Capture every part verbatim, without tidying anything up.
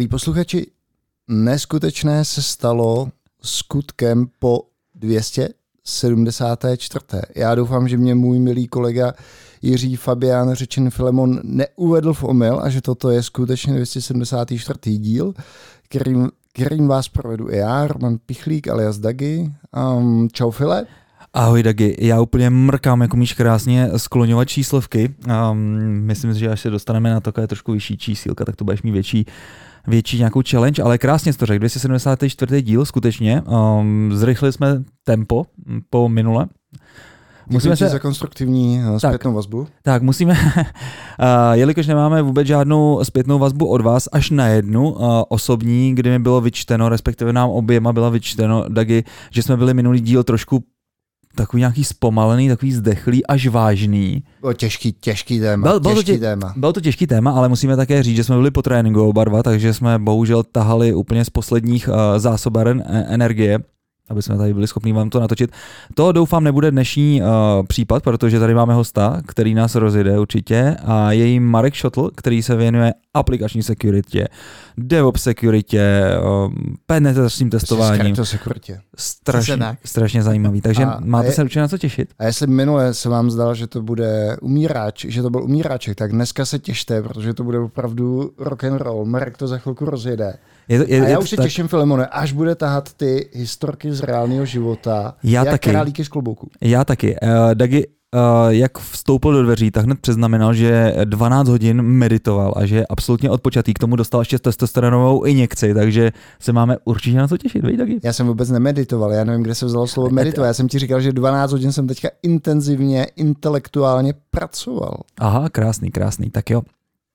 posluchači, neskutečné se stalo skutkem po dvě stě sedmdesáté čtvrté Já doufám, že mě můj milý kolega Jiří Fabián řečen Filemon neuvedl v omyl a že toto je skutečně dvě stě sedmdesátý čtvrtý díl, kterým, kterým vás provedu i já, Roman Pichlík alias Dagi. Um, čau File. Ahoj Dagi, já úplně mrkám, jako umíš krásně skloňovat číslovky. Um, myslím si, že až se dostaneme na takové trošku vyšší čísílka, tak to budeš mít větší, větší nějakou challenge, ale krásně jsi to řekl, dvě stě sedmdesátý čtvrtý díl skutečně. Um, zrychlili jsme tempo po minule. Musíme se za konstruktivní zpětnou vazbu. Tak, musíme, uh, jelikož nemáme vůbec žádnou zpětnou vazbu od vás, až na jednu uh, osobní, kdy mi bylo vyčteno, respektive nám oběma byla vyčteno, Dagi, že jsme byli minulý díl trošku takový nějaký zpomalený, takový zdechlý, až vážný. Bylo těžký, těžký téma, byl, byl těžký to tě, téma. Byl to těžký téma, ale musíme také říct, že jsme byli po tréninku oba dva, takže jsme bohužel tahali úplně z posledních uh, zásobaren energie, aby jsme tady byli schopni vám to natočit. To doufám nebude dnešní uh, případ, protože tady máme hosta, který nás rozjede určitě a je jim Marek Šotl, který se věnuje aplikační securitě, DevOps securitě, um, penetračním testováním. Strašně, strašně zajímavý, takže a máte je, se určitě na co těšit. A jestli minule se vám zdalo, že to bude umíráč, že to byl umíráček, tak dneska se těšte, protože to bude opravdu rock and roll. Marek to za chvilku rozjede. Je to, je, a já už se tak... těším, Filemone, až bude tahat ty historky z reálného života, já jak taky. Králíky z klobouku. Já taky. Uh, Dagi, uh, jak vstoupil do dveří, tak hned přeznamenal, že dvanáct hodin meditoval a že je absolutně odpočatý. K tomu dostal ještě testosteronovou injekci, takže se máme určitě na co těšit, vej, Dagi? Já jsem vůbec nemeditoval, já nevím, kde se vzalo slovo meditovat. Já jsem ti říkal, že dvanáct hodin jsem teďka intenzivně, intelektuálně pracoval. Aha, krásný, krásný, tak jo.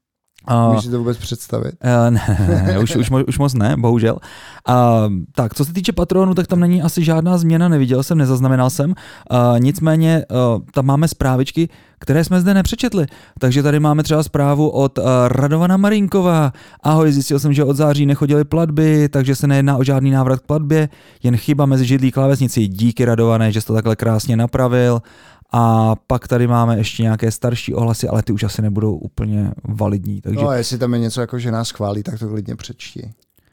Uh, Můžeš si to vůbec představit? Uh, ne, ne, ne, už, už, už moc ne, bohužel. Uh, tak, co se týče patronů, tak tam není asi žádná změna, neviděl jsem, nezaznamenal jsem. Uh, nicméně, uh, tam máme zprávičky, které jsme zde nepřečetli. Takže tady máme třeba zprávu od uh, Radovana Marinková. Ahoj, zjistil jsem, že od září nechodily platby, takže se nejedná o žádný návrat k platbě, jen chyba mezi židlí klávesnicí. Díky Radované, že jsi to takhle krásně napravil. A pak tady máme ještě nějaké starší ohlasy, ale ty už asi nebudou úplně validní. Takže... No a jestli tam je něco jako, že nás chválí, tak to klidně přečti.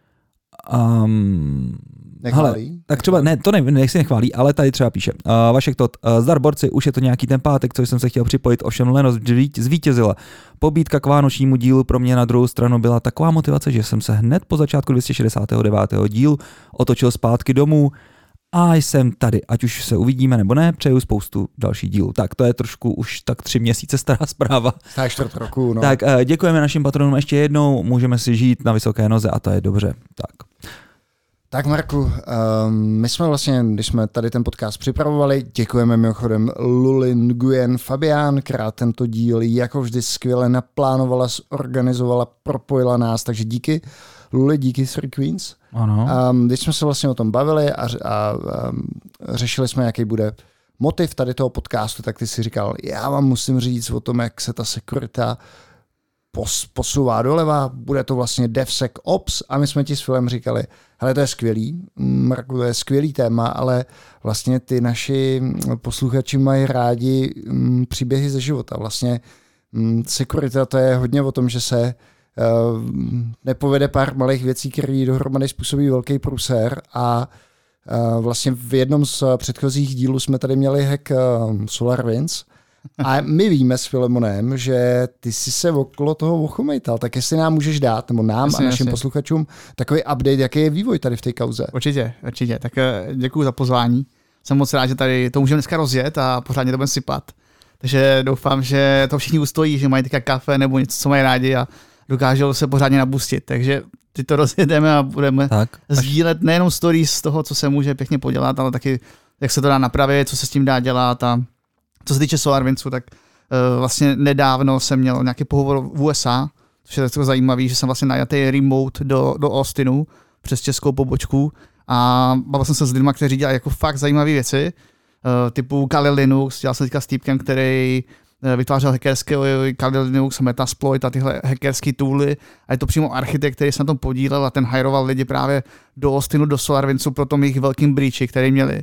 Um... Nechválí? Hele, tak třeba, ne, to ne, nechci nechválí, ale tady třeba píše. Uh, Vašek Tot, uh, zdar borci, už je to nějaký ten pátek, co jsem se chtěl připojit, ovšem lenost zvítězila. Pobídka k vánočnímu dílu pro mě na druhou stranu byla taková motivace, že jsem se hned po začátku dvě stě šedesátého devátého dílu otočil zpátky domů. A jsem tady, ať už se uvidíme nebo ne, přeju spoustu dalších dílů. Tak to je trošku už tak tři měsíce stará zpráva. Tak čtvrt roku, no. Tak děkujeme našim patronům ještě jednou, můžeme si žít na vysoké noze a to je dobře. Tak. Tak Marku, um, my jsme vlastně, když jsme tady ten podcast připravovali, děkujeme mimochodem Luli Nguyen Fabián, která tento díl jako vždy skvěle naplánovala, zorganizovala, propojila nás, takže díky. Luli, díky Three Queens. Ano. Um, když jsme se vlastně o tom bavili a, a um, řešili jsme, jaký bude motiv tady toho podcastu, tak ty si říkal, já vám musím říct o tom, jak se ta sekurita pos, posouvá doleva, bude to vlastně DevSecOps a my jsme ti s Filem říkali, hele, to je skvělý, Marku, to je skvělý téma, ale vlastně ty naši posluchači mají rádi m, příběhy ze života. Vlastně m, sekurita to je hodně o tom, že se Uh, nepovede pár malých věcí, které dohromady způsobí velký průser a uh, vlastně v jednom z předchozích dílů jsme tady měli hack uh, SolarWinds a my víme s Filemonem, že ty jsi se okolo toho ochomejtal, tak jestli nám můžeš dát, nebo nám jasně, a našim jasně. posluchačům takový update, jaký je vývoj tady v té kauze. Určitě, určitě, tak děkuji za pozvání. Jsem moc rád, že tady to můžeme dneska rozjet a pořádně to budeme sypat. Takže doufám, že to všichni ustojí, že mají teďka kafe nebo něco, co mají rádi a dokážou se pořádně nabustit, takže ty to rozjedeme a budeme tak, sdílet nejenom stories z toho, co se může pěkně podělat, ale taky, jak se to dá napravit, co se s tím dá dělat a co se týče SolarWindsu, tak uh, vlastně nedávno jsem měl nějaký pohovor v U S A, což je tak zajímavý, že jsem vlastně najatý remote do, do Austinu přes českou pobočku a bavil jsem se s lidmi, kteří dělají jako fakt zajímavé věci, uh, typu Kali Linux, dělal jsem teďka s týpkem, který vytvářel hackerské Kali Linux, Metasploit a tyhle hackerské tooly a je to přímo architekt, který se na tom podílel a ten hiroval lidi právě do Austinu, do SolarWindsu pro tom jejich velkým breachi, který měli.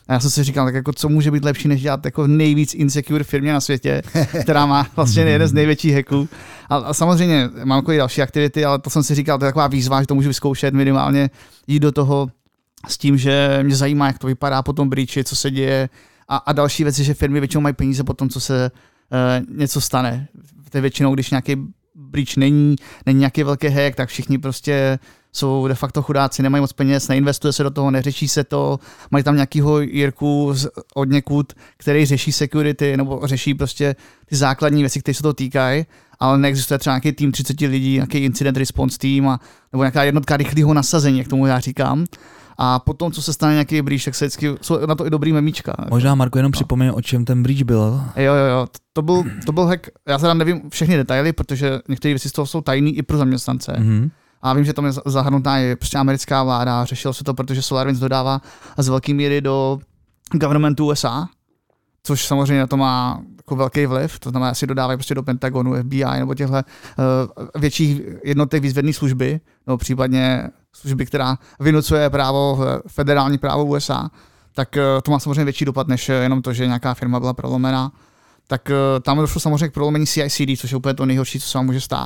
A já jsem si říkal, tak jako co může být lepší, než dělat jako nejvíc insecure firmě na světě, která má vlastně jeden z největších hacků. A, a samozřejmě mám jako i další aktivity, ale to jsem si říkal, to je taková výzva, že to můžu vyzkoušet minimálně, jít do toho s tím, že mě zajímá, jak to vypadá po tom breachi, co se děje a, a další věci, že firmy většinou mají peníze po tom, co se uh, něco stane. To je většinou, když nějaký breach není, není nějaký velký hack, tak všichni prostě jsou de facto chudáci, nemají moc peněz, neinvestuje se do toho, neřeší se to, mají tam nějakýho Jirku od někud, který řeší security nebo řeší prostě ty základní věci, které se toho týkají, ale neexistuje třeba nějaký tým třicet lidí, nějaký incident response tým a, nebo nějaká jednotka rychlého nasazení, jak tomu já říkám. A potom, co se stane nějaký breach, tak se vždycky, jsou na to i dobrý memíčka. Možná, Marko, jenom no. Připomenu, o čem ten breach byl. Jo, jo, jo, to byl, to byl hack, já teda nevím všechny detaily, protože některé věci z toho jsou tajný i pro zaměstnance. Mm-hmm. A vím, že tam je zahrnutá i prostě americká vláda, řešilo se to, protože SolarWinds dodává z velké míry do governmentu U S A, což samozřejmě na to má jako velký vliv, to znamená, si dodávají prostě do Pentagonu, F B I nebo těchto uh, větších jednotek výzvědné služby, nebo případně služby, která vynucuje právo, federální právo U S A, tak uh, to má samozřejmě větší dopad, než jenom to, že nějaká firma byla prolomená. Tak uh, tam došlo samozřejmě k prolomení C I C D, což je úplně to nejhorší, co se vám může stát.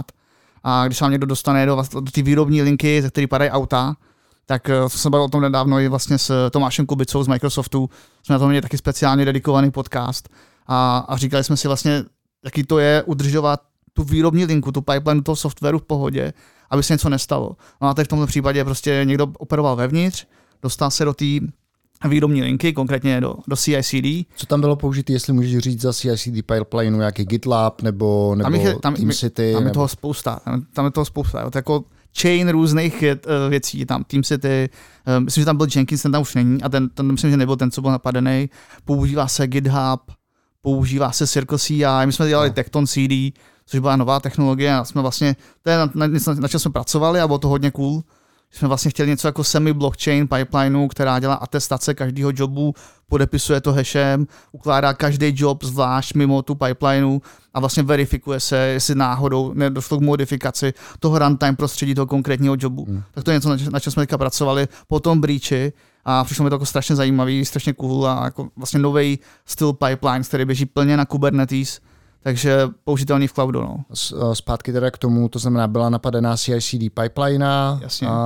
A když se vám někdo dostane do, do té výrobní linky, ze které padají auta, tak uh, jsem bavil o tom nedávno i vlastně s Tomášem Kubicou z Microsoftu, jsme na tom měli taky speciálně dedikovaný podcast a, a říkali jsme si vlastně, jaký to je udržovat tu výrobní linku, tu pipeline toho softwaru v pohodě, aby se něco nestalo. No a teď v tomto případě prostě někdo operoval vevnitř, dostal se do té výrobní linky, konkrétně do, do C I C D. Co tam bylo použité, jestli můžeš říct za C I C D pipeline, nějaký GitLab nebo, nebo tam je, tam, TeamCity? Tam je nebo... toho spousta, tam, tam je toho spousta. Jo. To je jako chain různých uh, věcí, tam TeamCity, uh, myslím, že tam byl Jenkins, ten tam už není a ten, ten myslím, že nebyl ten, co byl napadený. Používá se GitHub, používá se Circle C I, my jsme dělali no. Tekton C D, což byla nová technologie a jsme vlastně, to je na, na, na, na čem jsme pracovali a bylo to hodně cool. Jsme vlastně chtěli něco jako semi-blockchain pipelineu, která dělá atestace každého jobu, podepisuje to hashem, ukládá každý job zvlášť mimo tu pipelineu a vlastně verifikuje se, jestli náhodou nedošlo k modifikaci toho runtime prostředí toho konkrétního jobu. Hmm. Tak to je něco, na čem jsme teďka pracovali po tom breachi a přišlo mi to jako strašně zajímavý, strašně cool a jako vlastně nový styl pipeline, který běží plně na Kubernetes, takže použitelný v cloudu. No. Zpátky teda k tomu, to znamená, byla napadená C I C D pipeline a,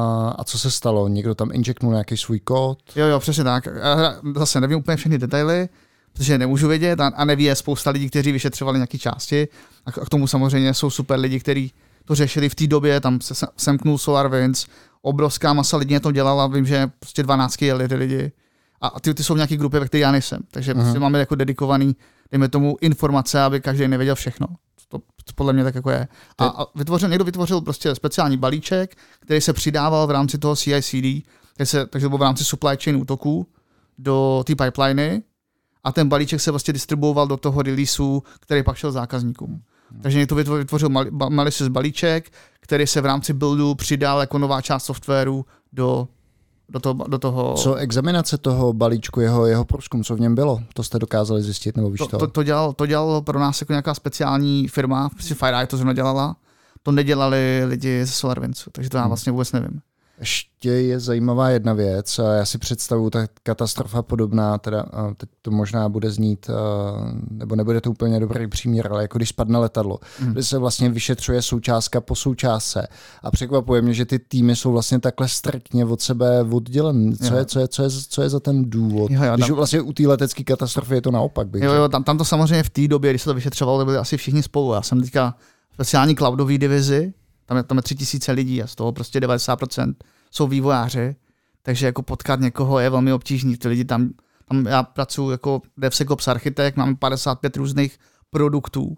a co se stalo? Někdo tam injectnul nějaký svůj kód? Jo, jo, přesně tak. Já zase nevím úplně všechny detaily, protože nemůžu vědět a, a neví je spousta lidí, kteří vyšetřovali nějaké části a k tomu samozřejmě jsou super lidi, kteří to řešili v té době, tam se semknul SolarWinds, obrovská masa lidí na to dělala, vím, že prostě dvanáct jeli ty lidi a ty, ty jsou v nějaké grupě, ve které já nejsem, takže uh-huh. prostě máme jako dedikovaný, dejme tomu, informace, aby každý nevěděl všechno. To, to podle mě tak jako je. A, a vytvořil, někdo vytvořil prostě speciální balíček, který se přidával v rámci toho C I C D, se, takže to bylo v rámci supply chain útoků do té pipeliny a ten balíček se vlastně distribuoval do toho releaseu, který pak šel zákazníkům. Hmm. Takže někdo vytvořil malicious balíček, který se v rámci buildu přidal jako nová část softwaru do Do toho, do toho... Co examinace toho balíčku, jeho, jeho průzkum, co v něm bylo? To jste dokázali zjistit, nebo víš to? To, to, to, dělal, to dělalo pro nás jako nějaká speciální firma, prostě FireEye to zrovna dělala, to nedělali lidi ze SolarWindsu, takže to já vlastně vůbec nevím. Ještě je zajímavá jedna věc, já si představuji, ta katastrofa podobná, teda teď to možná bude znít, nebo nebude to úplně dobrý příměr, ale jako když spadne letadlo, mm. kde se vlastně vyšetřuje součástka po součástce a překvapuje mě, že ty týmy jsou vlastně takhle striktně od sebe oddělené. Co je, co, je, co, je, co je za ten důvod? Jo, jo, když tam... vlastně u té letecké katastrofy je to naopak. Bych jo, jo, tam, tam to samozřejmě v té době, když se to vyšetřovalo, to byli asi všichni spolu. Já jsem teďka speciální cloudové divizi, tam je, tam je tři tisíce lidí a z toho prostě devadesát procent jsou vývojáři, takže jako potkat někoho je velmi obtížný. Ty lidi tam, tam já pracuji jako DevSecOps architekt, mám padesát pět různých produktů,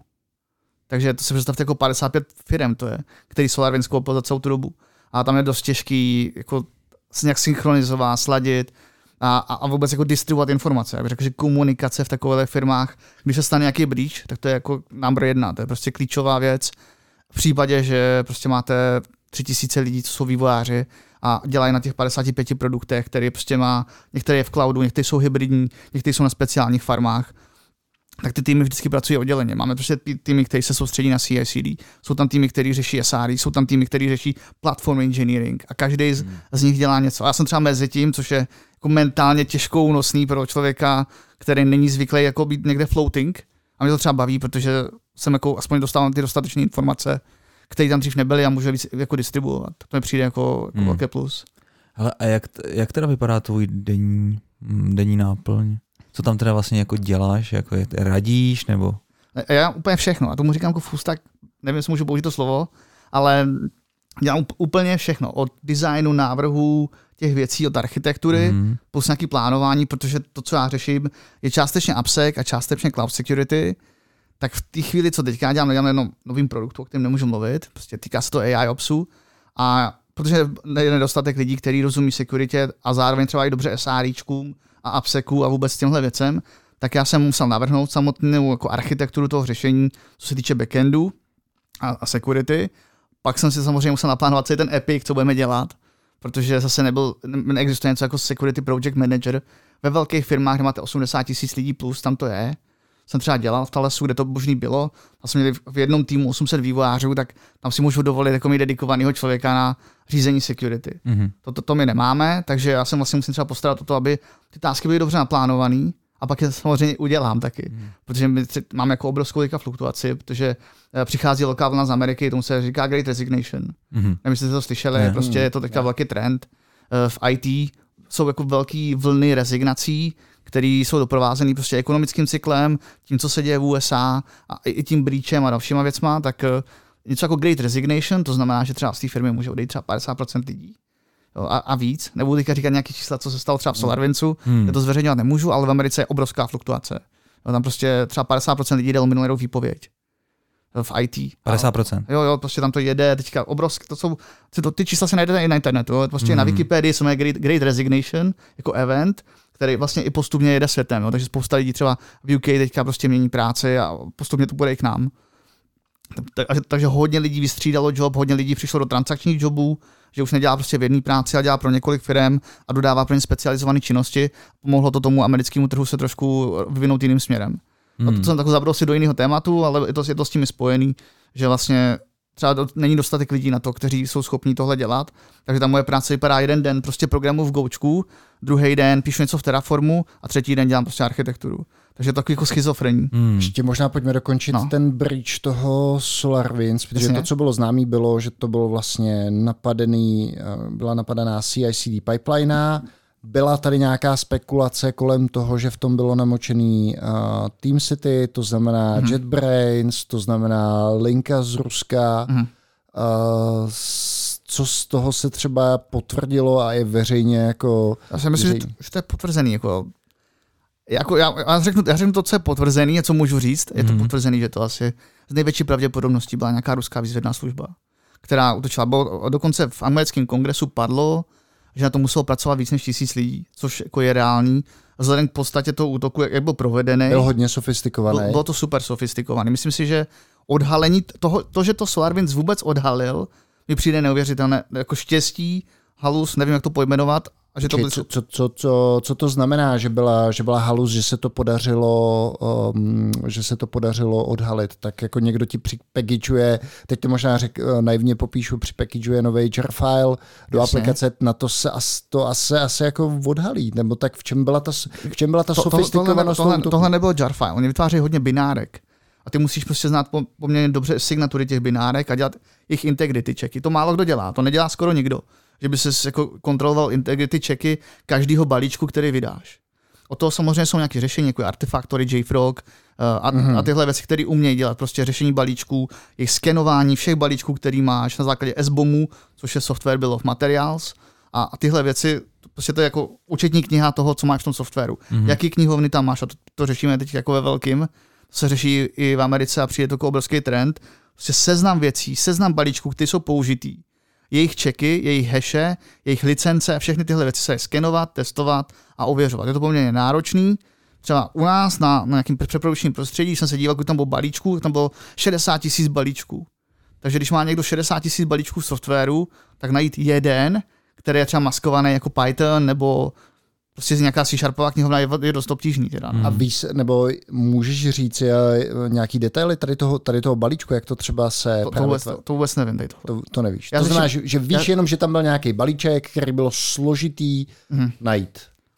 takže to si představte jako padesát pět firem to je, který SolarWinds koupil za celou tu dobu. A tam je dost těžký jako se nějak synchronizovat, sladit a, a vůbec jako distribuovat informace. Já bych řekl, že komunikace v takových firmách, když se stane nějaký breach, tak to je jako number jedna, to je prostě klíčová věc. V případě, že prostě máte tři tisíce lidí, co jsou vývojáři a dělají na těch padesáti pěti produktech, které prostě má, některé je v cloudu, některé jsou hybridní, některé jsou na speciálních farmách, tak ty týmy vždycky pracují odděleně. Máme prostě týmy, které se soustředí na C I C D, jsou tam týmy, které řeší S R, jsou tam týmy, které řeší platform engineering a každý z, hmm. z nich dělá něco. A já jsem třeba mezi tím, což je jako mentálně těžkou nosný pro člověka, který není zvyklý jako být někde floating. A mě to třeba baví, protože jsem jako aspoň dostávám ty dostatečné informace, které tam dřív nebyly a můžu víc jako distribuovat. To mi přijde jako, jako hmm. velké plus. Hele, a jak, jak teda vypadá tvůj denní, denní náplň? Co tam teda vlastně jako děláš? Jako radíš nebo? Já úplně všechno. A tomu říkám jako full stack, nevím, jestli můžu použít to slovo, ale dělám úplně všechno. Od designu, návrhů, těch věcí, od architektury, mm. plus nějaký plánování, protože to, co já řeším, je částečně AppSec a částečně Cloud Security. Tak v té chvíli, co teďka dělám, nedělám jenom novým produktu, o kterém nemůžu mluvit, prostě týká se to A I Opsu. A protože je nedostatek lidí, kteří rozumí securitě a zároveň třeba i dobře SRIčkům a AppSecu a vůbec těmhle věcem, tak já jsem musel navrhnout samotnou jako architekturu toho řešení, co se týče backendu a, a security. Pak jsem si samozřejmě musel naplánovat celý ten epic, co budeme dělat, protože zase nebyl, neexistuje něco jako security project manager. Ve velkých firmách, kde máte osmdesát tisíc lidí plus, tam to je. Jsem třeba dělal v Thalesu, kde to možný bylo. A jsme měli v jednom týmu osm set vývojářů, tak tam si můžu dovolit jako mít dedikovaného člověka na řízení security. Mm-hmm. To, to, to my nemáme, takže já jsem vlastně musím třeba postarat o to, aby ty tásky byly dobře naplánované. A pak je samozřejmě udělám taky, mm. protože my tři, máme jako obrovskou fluktuaci, protože přichází velká vlna z Ameriky, tomu se říká Great Resignation. Mm. Nevím, jestli jste to slyšeli, yeah. prostě je to teďka yeah. velký trend. V í té jsou jako velké vlny rezignací, které jsou doprovázeny prostě ekonomickým cyklem, tím, co se děje v U S A a i tím breachem a dalšíma věcma, tak něco jako Great Resignation, to znamená, že třeba z té firmy může odejít třeba padesát procent lidí. A, a víc. Nebudu teďka říkat nějaké čísla, co se stalo třeba v SolarWindsu, hmm. kde to zveřejňovat nemůžu, ale v Americe je obrovská fluktuace. Tam prostě třeba padesát procent lidí dalo minulý rok výpověď v í té. padesát procent. Jo, jo, prostě tam to jede, teďka obrovské, to jsou, to, ty čísla se najdete i na internetu, jo. Prostě hmm. na Wikipedii jsme Great, Great Resignation jako event, který vlastně i postupně jede světem, jo. Takže spousta lidí třeba v U K teďka prostě mění práci a postupně to bude i k nám. Takže hodně lidí vystřídalo job, hodně lidí přišlo do transakčních jobů, že už nedělá prostě v jedné práci, ale dělá pro několik firm a dodává pro ně specializované činnosti. Pomohlo to tomu americkému trhu se trošku vyvinout jiným směrem. Hmm. A to jsem tak zabrousil do jiného tématu, ale je to, je to s tím spojený, že vlastně třeba do, není dostatek lidí na to, kteří jsou schopní tohle dělat. Takže ta moje práce vypadá jeden den prostě programu v Goučku, druhý den píšu něco v Terraformu a třetí den dělám prostě architekturu. Takže je to takový jako schizofrení. Hmm. Ještě možná pojďme dokončit no. ten breach toho SolarWinds, protože Jasně. to, co bylo známý, bylo, že to bylo vlastně napadený, byla napadená C I C D pipeline. Byla tady nějaká spekulace kolem toho, že v tom bylo namočený uh, TeamCity, to znamená hmm. JetBrains, to znamená linka z Ruska. Hmm. Uh, co z toho se třeba potvrdilo a je veřejně jako... Já si myslím, veřejně. že to je potvrzený. Jako, jako já, já, řeknu, já řeknu to, co je potvrzený a co můžu říct. Je to hmm. potvrzený, že to asi z největší pravděpodobností byla nějaká ruská výzvědná služba, která útočila. Bo dokonce v americkém kongresu padlo, že na to muselo pracovat víc než tisíc lidí, což jako je reálný. Vzhledem k podstatě toho útoku, jak byl provedený. Byl hodně sofistikovaný. Bylo, bylo to super sofistikovaný. Myslím si, že odhalení, toho, to, že to SolarWinds vůbec odhalil, mi přijde neuvěřitelné, jako štěstí, halus, nevím, jak to pojmenovat. A že to Či, co, co, co, co to znamená, že byla, že byla halus, že se to podařilo, um, že se to podařilo odhalit? Tak jako někdo ti připackaguje, teď to možná řek, naivně popíšu, připackaguje nový jar file do Jasně. aplikace, na to se as, to asi, asi jako odhalí, nebo tak v čem byla ta, v čem byla ta to, sofistikovanost? Tohle, tohle, tohle nebylo jar file, oni vytváří hodně binárek. A ty musíš prostě znát poměrně dobře signatury těch binárek a dělat jejich integrity checky. To málo kdo dělá, to nedělá skoro nikdo. Že by ses jako kontroloval integrity checky každého balíčku, který vydáš. O toho samozřejmě jsou nějaké řešení, jako Artifactory, JFrog a, mm-hmm. a tyhle věci, které umějí dělat. Prostě řešení balíčků, jejich skenování všech balíčků, který máš na základě S B O M U, což je Software Bill of Materials. A, a tyhle věci, prostě to je jako účetní kniha toho, co máš v tom softwaru. Mm-hmm. Jaký knihovny tam máš, a to, to řešíme teď jako ve velkým. To se řeší i v Americe a přijde to jako obrovský trend. Prostě seznam věcí, seznam balíčků, které jsou použitý. Jejich checky, jejich haše, jejich licence a všechny tyhle věci se skenovat, testovat a ověřovat. Je to poměrně náročný. Třeba u nás na, na nějakém přeprodukčním prostředí jsem se díval, když tam bylo balíčků, tam bylo šedesát tisíc balíčků. Takže když má někdo šedesát tisíc balíčků v softwaru, tak najít jeden, který je třeba maskovaný jako Python nebo prostě z nějaká C-sharpová knihovna je dost obtížný. Teda. Hmm. A víš, nebo můžeš říct nějaký detaily tady toho, tady toho balíčku, jak to třeba se... To, to, vůbec, to vůbec nevím. Tady to, to nevíš. Já to znamená, že, že víš já... jenom, že tam byl nějaký balíček, který bylo složitý hmm. najít.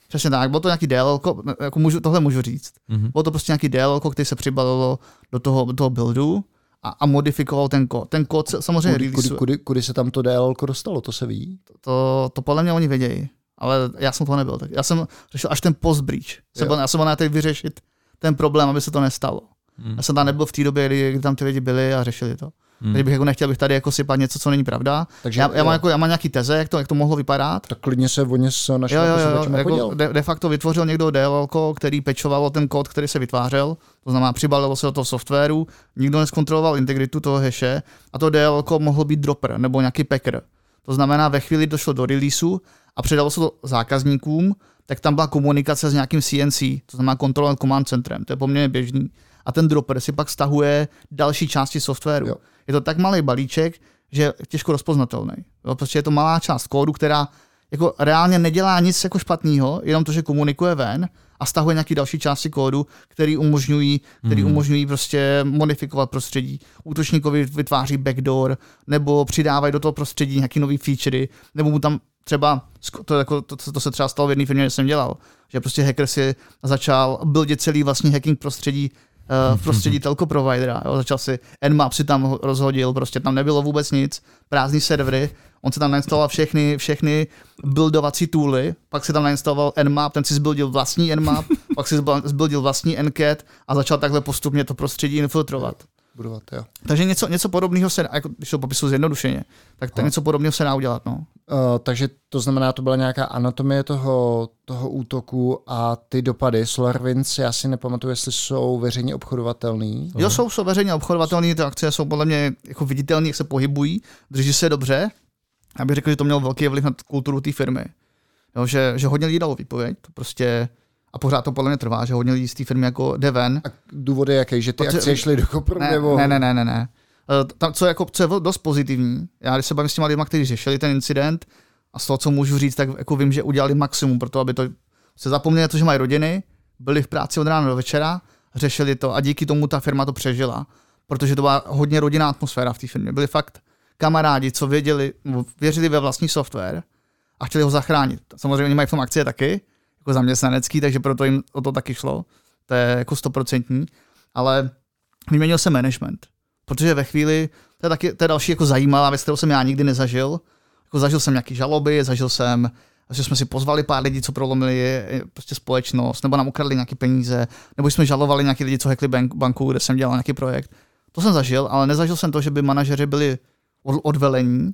Přesně tak, bylo to nějaký D L L, jako můžu, tohle můžu říct. Mm-hmm. Bylo to prostě nějaký D L L, který se přibalilo do toho, do toho buildu a, a modifikoval ten kód. Ten kód se samozřejmě kudy, kudy, kudy, kudy se tam to D L L dostalo, to se ví? To, to, to podle mě oni vědějí, ale já jsem to nebyl. Tak já jsem řešil až ten post-breach. Jsem byl, já jsem byl na té vyřešit ten problém, aby se to nestalo. Mm. Já jsem tam nebyl v té době, kdy, kdy tam ty lidi byli a řešili to. Hmm. Takže bych jako nechtěl bych tady jako sypat něco, co není pravda. Takže já, já, mám jako, já mám nějaký teze, jak to, jak to mohlo vypadat. Tak klidně se o ně se našel. Jo, jo, jo, jako de, de facto vytvořil někdo D L L, který pečovalo ten kód, který se vytvářel. To znamená, přibalilo se do toho softwaru, nikdo neskontroloval integritu toho haše a to D L L mohl být dropper nebo nějaký packer. To znamená, ve chvíli došlo do releaseu a předalo se to zákazníkům, tak tam byla komunikace s nějakým C N C, to znamená Control and Command centrem, to je poměrně běžný. A ten dropper si pak stahuje další části softwaru. Jo. Je to tak malý balíček, že je těžko rozpoznatelný. Jo, prostě je to malá část kódu, která jako reálně nedělá nic jako špatného, jenom to, že komunikuje ven a stahuje nějaký další části kódu, který umožňují, který mm. umožňují prostě modifikovat prostředí. Útočníkovi vytváří backdoor, nebo přidávají do toho prostředí nějaký nový featurey, nebo mu tam třeba, to, jako, to, to se třeba stalo v jedné firmě, že jsem dělal, že prostě hacker si začal buildit celý vlastní hacking prostředí v prostředí telco providera. Jo. Začal si Nmap si tam rozhodil, prostě tam nebylo vůbec nic, prázdný servery, on si tam nainstaloval všechny, všechny buildovací tooly, pak si tam nainstaloval Nmap, ten si zbuildil vlastní Nmap, pak si zbuildil vlastní Ncat a začal takhle postupně to prostředí infiltrovat. Budovat, jo. Takže něco, něco podobného se, jako, když to popisuju zjednodušeně, tak to něco podobného se dá udělat. No. Uh, takže to znamená, to byla nějaká anatomie toho, toho útoku a ty dopady SolarWinds, já si nepamatuju, jestli jsou veřejně obchodovatelný. Jo, jsou, jsou veřejně obchodovatelný, ty akcie jsou podle mě jako viditelné, jak se pohybují, drží se dobře. Já bych řekl, že to mělo velký vliv na kulturu té firmy. Jo, že, že hodně lidí dalo výpověď, to prostě a pořád to podle mě trvá, že hodně lidí z té firmy jako jde ven. A důvod je jaký, že ty Protože, akcie šly do kopru? Ne, nebo... ne, ne, ne, ne, ne. Tam, co, jako, co je dost pozitivní, já když se bavím s těma lidma, kteří řešili ten incident a z toho, co můžu říct, tak jako vím, že udělali maximum pro to, aby to se zapomněli na to, že mají rodiny, byli v práci od rána do večera, řešili to a díky tomu ta firma to přežila, protože to byla hodně rodinná atmosféra v té firmě. Byli fakt kamarádi, co věděli, věřili ve vlastní software a chtěli ho zachránit. Samozřejmě oni mají v tom akcie taky, jako zaměstnanecký, takže proto jim o to taky šlo. To je jako stoprocentní, ale vyměnil se management, protože ve chvíli, to je, taky, to je další jako zajímavá věc, kterou jsem já nikdy nezažil. Jako zažil jsem nějaký žaloby, zažil jsem, že jsme si pozvali pár lidí, co prolomili prostě společnost, nebo nám ukradli nějaké peníze, nebo jsme žalovali nějaký lidi, co hackli bank, banku, kde jsem dělal nějaký projekt. To jsem zažil, ale nezažil jsem to, že by manažeři byli odvelení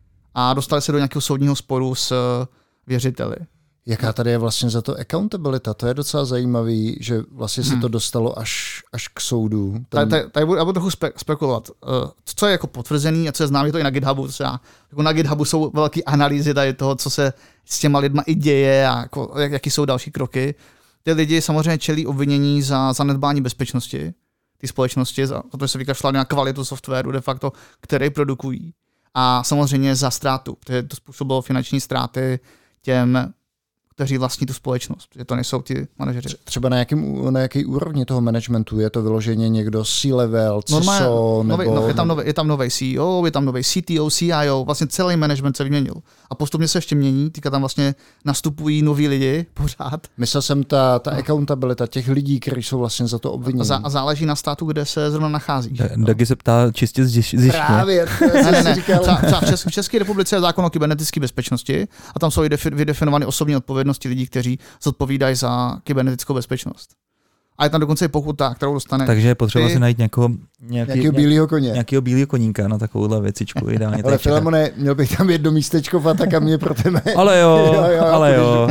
a dostali se do nějakého soudního sporu s věřiteli. Jaká tady je vlastně za to accountabilita? To je docela zajímavý, že vlastně se hmm. to dostalo až, až k soudu. Tam... Tady, tady budu, já budu trochu spe, spekulovat. Co je jako potvrzený a co je známé, to i na GitHubu. Co já, jako na GitHubu jsou velké analýzy tady toho, co se s těma lidma i děje a jako, jak, jaký jsou další kroky. Ty lidi samozřejmě čelí obvinění za zanedbání bezpečnosti té společnosti, za to, že se vykašlali na kvalitu softwaru de facto, který produkují. A samozřejmě za ztrátu, protože to způsobilo finanční ztráty těm, kteří vlastní tu společnost, že to nejsou ti manažeři. Třeba na, jakým, na jaký úrovni toho managementu? Je to vyloženě někdo C-level, C I S O? Normálně, nebo... no, je tam nový, je tam nový C E O, je tam nový C T O, C I O, vlastně celý management se vyměnil. A postupně se ještě mění, teďka tam vlastně nastupují noví lidi pořád. Myslel jsem ta, ta accountabilita těch lidí, kteří jsou vlastně za to obvinění. A, zá, a záleží na státu, kde se zrovna nachází. Dagi se ptá čistě zjištně. Právě, ne, ne, ne. Třeba, třeba v, České, v České republice je zákon o kybernetické bezpečnosti a tam jsou vydefinovány osobní odpovědnosti lidí, kteří zodpovídají za kybernetickou bezpečnost. A je tam dokonce i pokuta, kterou dostane. Takže je potřeba ty... si najít nějakou, nějaký, nějakého bílého koně. Nějakého bílého koníka na takovouhle věcičku. Ideálně. Ale Filemone, měl bych tam jedno místečko Fataka mě pro tebe. Ale jo, jo, jo ale jo.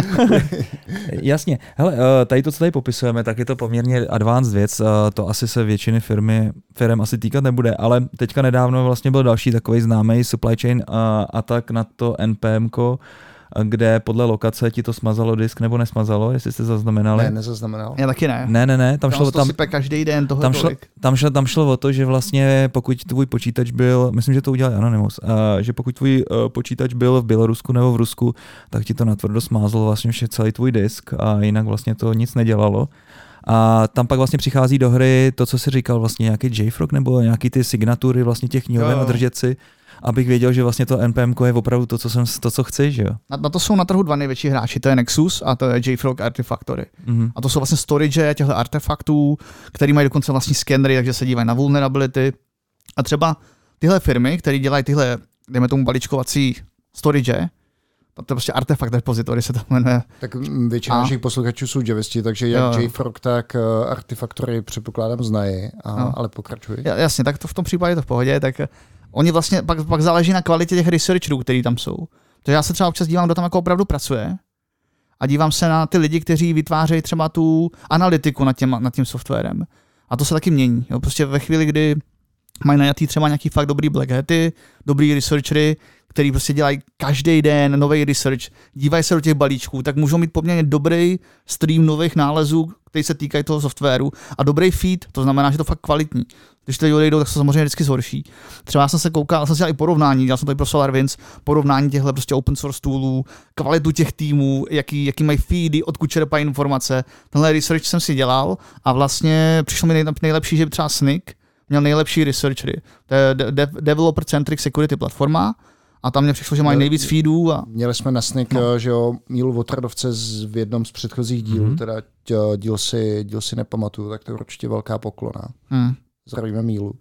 Jasně. Hele, tady to, co tady popisujeme, tak je to poměrně advanced věc. To asi se většiny firmy, firm asi týkat nebude, ale teďka nedávno vlastně byl další takový známý supply chain atak na to N P M ko, kde podle lokace ti to smazalo disk nebo nesmazalo, jestli jste zaznamenali? Ne, nezaznamenal. Já taky ne. Ne, ne, ne. Tam, tam šlo, tam, každý den toho tam, šlo, tam, šlo, tam šlo o to, že vlastně pokud tvůj počítač byl, myslím, že to udělal Anonymous, uh, že pokud tvůj uh, počítač byl v Bělorusku nebo v Rusku, tak ti to natvrdo smázlo vlastně vše celý tvůj disk a jinak vlastně to nic nedělalo. A tam pak vlastně přichází do hry to, co jsi říkal, vlastně nějaký JFrog nebo nějaký ty signatury vlastně těch knihoven a držet si, abych věděl, že vlastně to N P M ko je opravdu to, co jsem, to, co chci, že jo. Na, na to jsou na trhu dva největší hráči, to je Nexus a to je JFrog Artifactory. Mm-hmm. A to jsou vlastně storage těchto artefaktů, který mají dokonce vlastní skenery, takže se dívají na vulnerability. A třeba tyhle firmy, které dělají tyhle, dejme tomu balíčkovací storage, to je prostě Artifact Repository se to jmenuje. Tak většina našich posluchačů jsou javisti, takže jak jo. JFrog, tak uh, Artifactory předpokládám znají, a, ale pokračuj. Jasně, tak to v tom případě je to v pohodě, tak oni vlastně pak, pak záleží na kvalitě těch researcherů, kteří tam jsou. Takže já se třeba občas dívám, kdo tam jako opravdu pracuje a dívám se na ty lidi, kteří vytvářejí třeba tu analytiku nad, těma, nad tím softwarem. A to se taky mění. Jo. Prostě ve chvíli, kdy mají najatý třeba nějaký fakt dobrý black haty, dobrý researchery, který prostě dělají každý den nový research, dívají se do těch balíčků, tak můžou mít poměrně dobrý stream nových nálezů, který se týkají toho softwaru a dobrý feed, to znamená, že to fakt kvalitní. Když ty odejdou, tak se samozřejmě vždycky zhorší. Třeba jsem se koukal, jsem si dělal i porovnání, dělal jsem tady pro SolarWinds, porovnání těchto prostě open source toolů, kvalitu těch týmů, jaký, jaký mají feedy, odkud čerpají informace. Tenhle research jsem si dělal a vlastně přišlo mi nejlepší, že třeba S N C měl nejlepší researchery. To je de- Developer Centric Security platforma. A tam mě přišlo, že mají nejvíc feedů. A... Měli jsme na S N C, no. že jo, Mílu Votradovce z, v jednom z předchozích dílů, mm-hmm. teda díl si, díl si nepamatuju, tak to je určitě velká poklona. Mm. Zdravíme Mílu.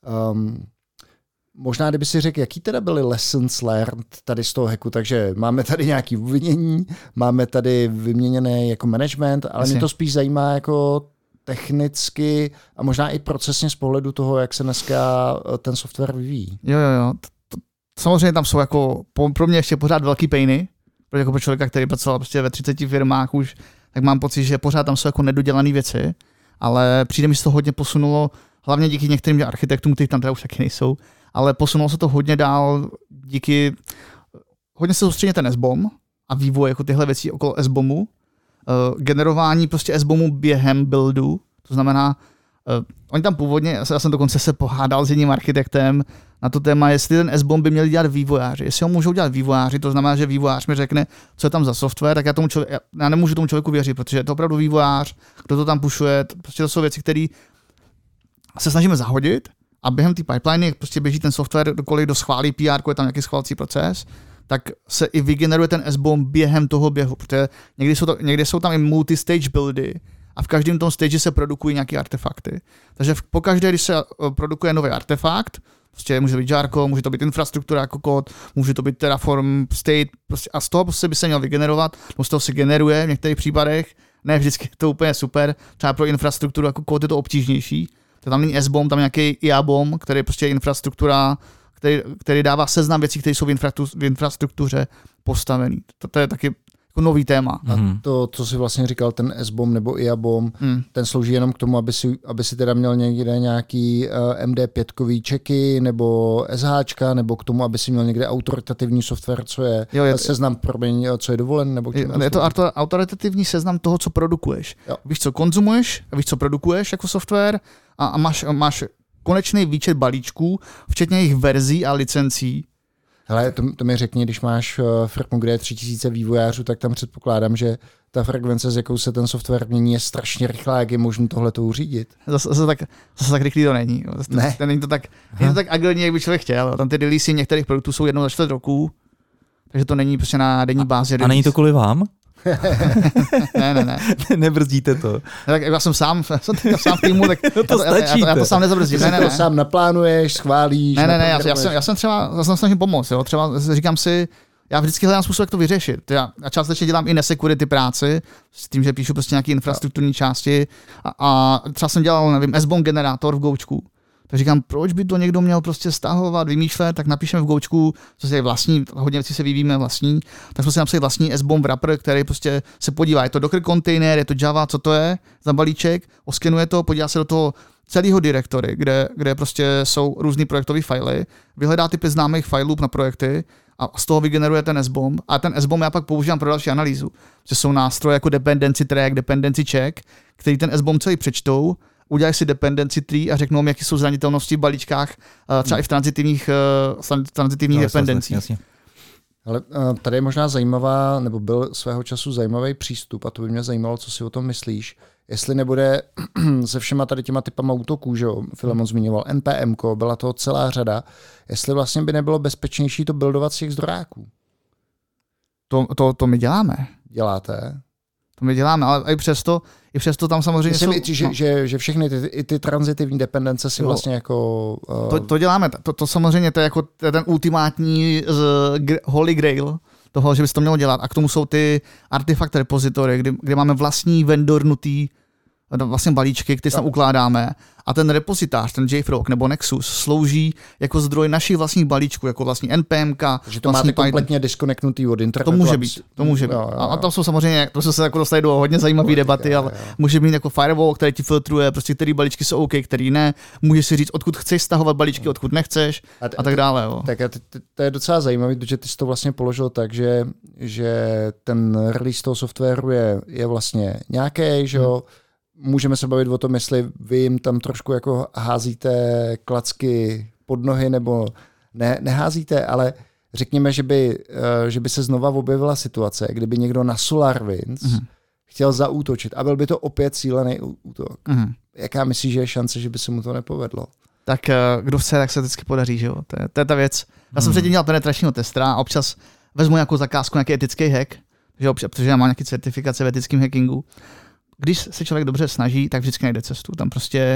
Um, možná, kdyby si řekl, jaký teda byly lessons learned tady z toho hacku, takže máme tady nějaké uvinění, máme tady vyměněné jako management, ale Asi. mě to spíš zajímá jako technicky a možná i procesně z pohledu toho, jak se dneska ten software vyvíjí. Jo, jo, jo. Samozřejmě tam jsou jako pro mě ještě pořád velký painy, protože jako pro člověka, který pracoval prostě ve třiceti firmách už, tak mám pocit, že pořád tam jsou jako nedodělané věci, ale přijde mi, že to hodně posunulo, hlavně díky některým architektům, kteří tam teda už taky nejsou, ale posunulo se to hodně dál díky, hodně se soustředí ten S B O M a vývoj jako tyhle věcí okolo S B O M u, uh, generování prostě S B O M u během buildu, to znamená, uh, oni tam původně, já jsem dokonce se pohádal s jedním architektem na to téma, jestli ten S B O M by měli dělat vývojáři. Jestli ho můžou dělat vývojáři, to znamená, že vývojář mi řekne, co je tam za software, tak já, tomu člověk, já nemůžu tomu člověku věřit, protože je to opravdu vývojář, kdo to tam pušuje, to, prostě to jsou věci, které se snažíme zahodit a během té pipeliny, jak prostě běží ten software, dokoliv do schválí P R, je tam nějaký schválcí proces, tak se i vygeneruje ten S B O M během toho běhu, protože někdy jsou, to, někdy jsou tam i multi-stage buildy, a v každém tom stage se produkují nějaké artefakty. Takže pokaždé, když se produkuje nový artefakt, prostě může to být Jarko, může to být infrastruktura jako kód, může to být Terraform state, prostě a z toho prostě by se měl vygenerovat, no z toho se generuje v některých případech, ne vždycky to úplně super, třeba pro infrastrukturu jako kód je to obtížnější, to tam není S B O M, tam nějaký I A B O M, který je prostě infrastruktura, který, který dává seznam věcí, které jsou v infrastruktuře postavený. To, to je taky jako nový téma. A to, co jsi vlastně říkal, ten S B O M nebo I A B O M, hmm. ten slouží jenom k tomu, aby si, aby si teda měl někde nějaký uh, M D pět checky nebo S H čka, nebo k tomu, aby si měl někde autoritativní software, co je, jo, je seznam, promiň, co je dovolen, nebo je, je to autoritativní seznam toho, co produkuješ. Jo. Víš, co konzumuješ, víš, co produkuješ jako software a, a máš, máš konečný výčet balíčků, včetně jejich verzí a licencí. Hele, to, to mi řekni, když máš firmu, kde je tři tisíce vývojářů, tak tam předpokládám, že ta frekvence, s jakou se ten software mění, je strašně rychlá, jak je možné tohle to uřídit. Zase, zase, tak, zase tak rychlý to není. Zase, ne. To, není to tak, není to tak agilní, jak by člověk chtěl. Tam ty releasy některých produktů jsou jednou za čtvrt roku, takže to není prostě na denní bázi. A, a není to kvůli vám? ne, ne, ne. Nebrzdíte to. Tak já jsem sám, jsem sám v týmu, tak no to já, já, já, já to sám nezabrzdím. Ne, ne, ne, to sám naplánuješ, schválíš. Ne, ne, ne, já, já, jsem, já jsem třeba, já jsem snažím pomoct, jo. Třeba říkám si, já vždycky hledám způsob, jak to vyřešit. Já, já částečně dělám i nesecurity práci, s tím, že píšu prostě nějaké infrastrukturní části a, a třeba jsem dělal, nevím, S B O M generátor v Goučku. Tak říkám, proč by to někdo měl prostě stahovat, vymýšlet, tak napíšeme v Goučku, co se je vlastní, hodně věcí se vyvíjíme vlastní, tak jsme si napsali vlastní S B O M wrapper, který prostě se podívá, je to Docker kontejner, je to Java, co to je za balíček, oskenuje to, podívá se do toho celého direktory, kde, kde prostě jsou různý projektové fajly, vyhledá typy známých fajlů na projekty a z toho vygeneruje ten S B O M a ten S B O M já pak používám pro další analýzu. Že jsou nástroje jako dependency track, dependency check, který ten S B O M celý přečtou, udělají si dependency tree a řeknou, jaké jsou zranitelnosti v balíčkách, třeba i v transitivních, uh, transitivních no, dependencích. Ale tady je možná zajímavá, nebo byl svého času zajímavý přístup a to by mě zajímalo, co si o tom myslíš. Jestli nebude se všema tady těma typama útoků, že jo, Filemon zmiňoval, N P M ko, byla to celá řada, jestli vlastně by nebylo bezpečnější to buildovat z těch zdrojáků. To, to, to my děláme. Děláte? To my děláme, ale i přesto, i přesto tam samozřejmě Myslím, jsou... že, no. že, že všechny ty, i ty transitivní dependence si jo. vlastně jako... Uh... To, to děláme, to, to samozřejmě to je jako to je ten ultimátní z, uh, holy grail toho, že by se to mělo dělat. A k tomu jsou ty artifact repozitory, kdy, kdy máme vlastní vendornutý vlastně balíčky, které tam ukládáme. A ten repozitář, ten JFrog nebo Nexus, slouží jako zdroj našich vlastních balíčků, jako vlastní N P M ka. Takže to máte kompletně disconnectnutý od internetu. To může být, to může být. Jo, jo, jo. A tam jsou samozřejmě, to se jako dostali do hodně zajímavé debaty, jo, jo. ale může být jako firewall, který ti filtruje, prostě který balíčky jsou OK, který ne. Můžeš si říct, odkud chceš stahovat balíčky, odkud nechceš a, t- a tak dále. Jo. Tak t- t- to je docela zajímavé, protože ty jsi to vlastně položil tak, že, že ten release toho softwaru je, je vlastně nějaký, že jo, hmm. Můžeme se bavit o tom, jestli vy jim tam trošku jako házíte klacky pod nohy nebo ne, neházíte, ale řekněme, že by, že by se znova objevila situace, kdyby někdo na SolarWinds mm-hmm. chtěl zaútočit a byl by to opět cílený útok. Mm-hmm. Jaká myslíš, že je šance, že by se mu to nepovedlo? Tak kdo chce, tak se vždycky podaří, že jo? To je, to je ta věc. Já jsem mm. předtím dělal penetračního testera a občas vezmu nějakou zakázku, nějaký etický hack, že jo? Protože já mám nějaké certifikace v etickém hackingu. Když se člověk dobře snaží, tak vždycky najde cestu. Tam prostě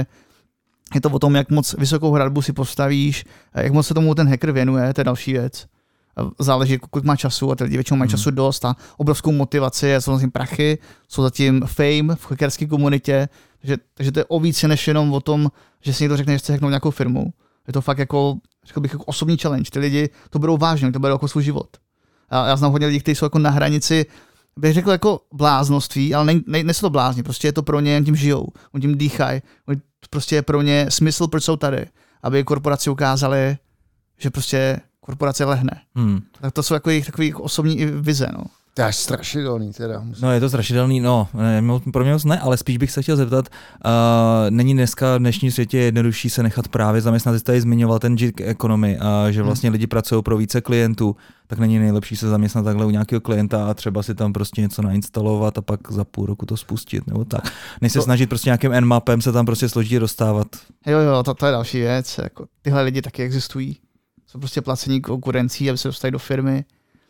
je to o tom, jak moc vysokou hradbu si postavíš, jak moc se tomu ten hacker věnuje, to je další věc. Záleží, kolik má času a ty lidi většinou mají času dost a obrovskou motivaci, jsou zatím prachy, jsou zatím fame v hackerské komunitě, takže, takže to je o více než jenom o tom, že si někdo řekne, že chce hacknout nějakou firmu. Je to fakt jako, řekl bych, jako osobní challenge. Ty lidi to berou vážně, to berou jako svůj život. Já, já znám hodně lidí, kteří jsou jako na hranici, bych řekl jako bláznoství, ale ne, ne, nejsou to blázni, prostě je to pro ně, tím žijou, oni tím dýchají, prostě je pro ně smysl, proč jsou tady, aby korporaci ukázali, že prostě korporace lehne. Hmm. Tak to jsou jako jejich takový osobní vize, no. To je strašidelný teda. No je to strašidelný, no, pro mě ne, ale spíš bych se chtěl zeptat, uh, není dneska v dnešním světě jednodušší se nechat právě zaměstnat, jsi tady zmiňoval ten gig economy, uh, že vlastně hmm. lidi pracují pro více klientů, tak není nejlepší se zaměstnat takhle u nějakého klienta a třeba si tam prostě něco nainstalovat a pak za půl roku to spustit, nebo tak. Než se to... snažit prostě nějakým nmapem se tam prostě složitě dostávat. Jo, jo, to, to je další věc, jako tyhle lidi taky existují, jsou prostě placení konkurencí, aby se dostali do firmy.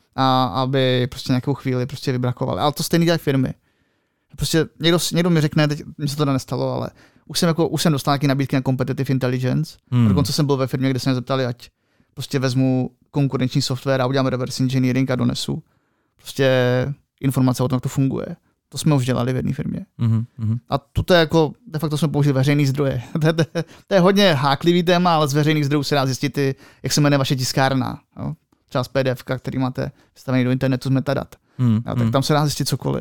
A aby prostě nějakou chvíli prostě vybrakovali. Ale to stejný dělají firmy. Prostě někdo, někdo mi řekne, teď mi se to nestalo, ale už jsem, jako, už jsem dostal nějaké nabídky na competitive intelligence. Hmm. Dokonce jsem byl ve firmě, kde se mě zeptali, ať prostě vezmu konkurenční software a udělám reverse engineering a donesu prostě informace o tom, jak to funguje. To jsme už dělali v jedné firmě. Mm-hmm. A to je jako, de facto jsme použili veřejný zdroje. to, to, to je hodně háklivý téma, ale z veřejných zdrojů se dá zjistit, jak se jmenuje vaše tiskárna. Jo? Třeba z P D F, který máte vystavený do internetu z metadat. Hmm, ja, tak hmm. tam se dá zjistit cokoliv.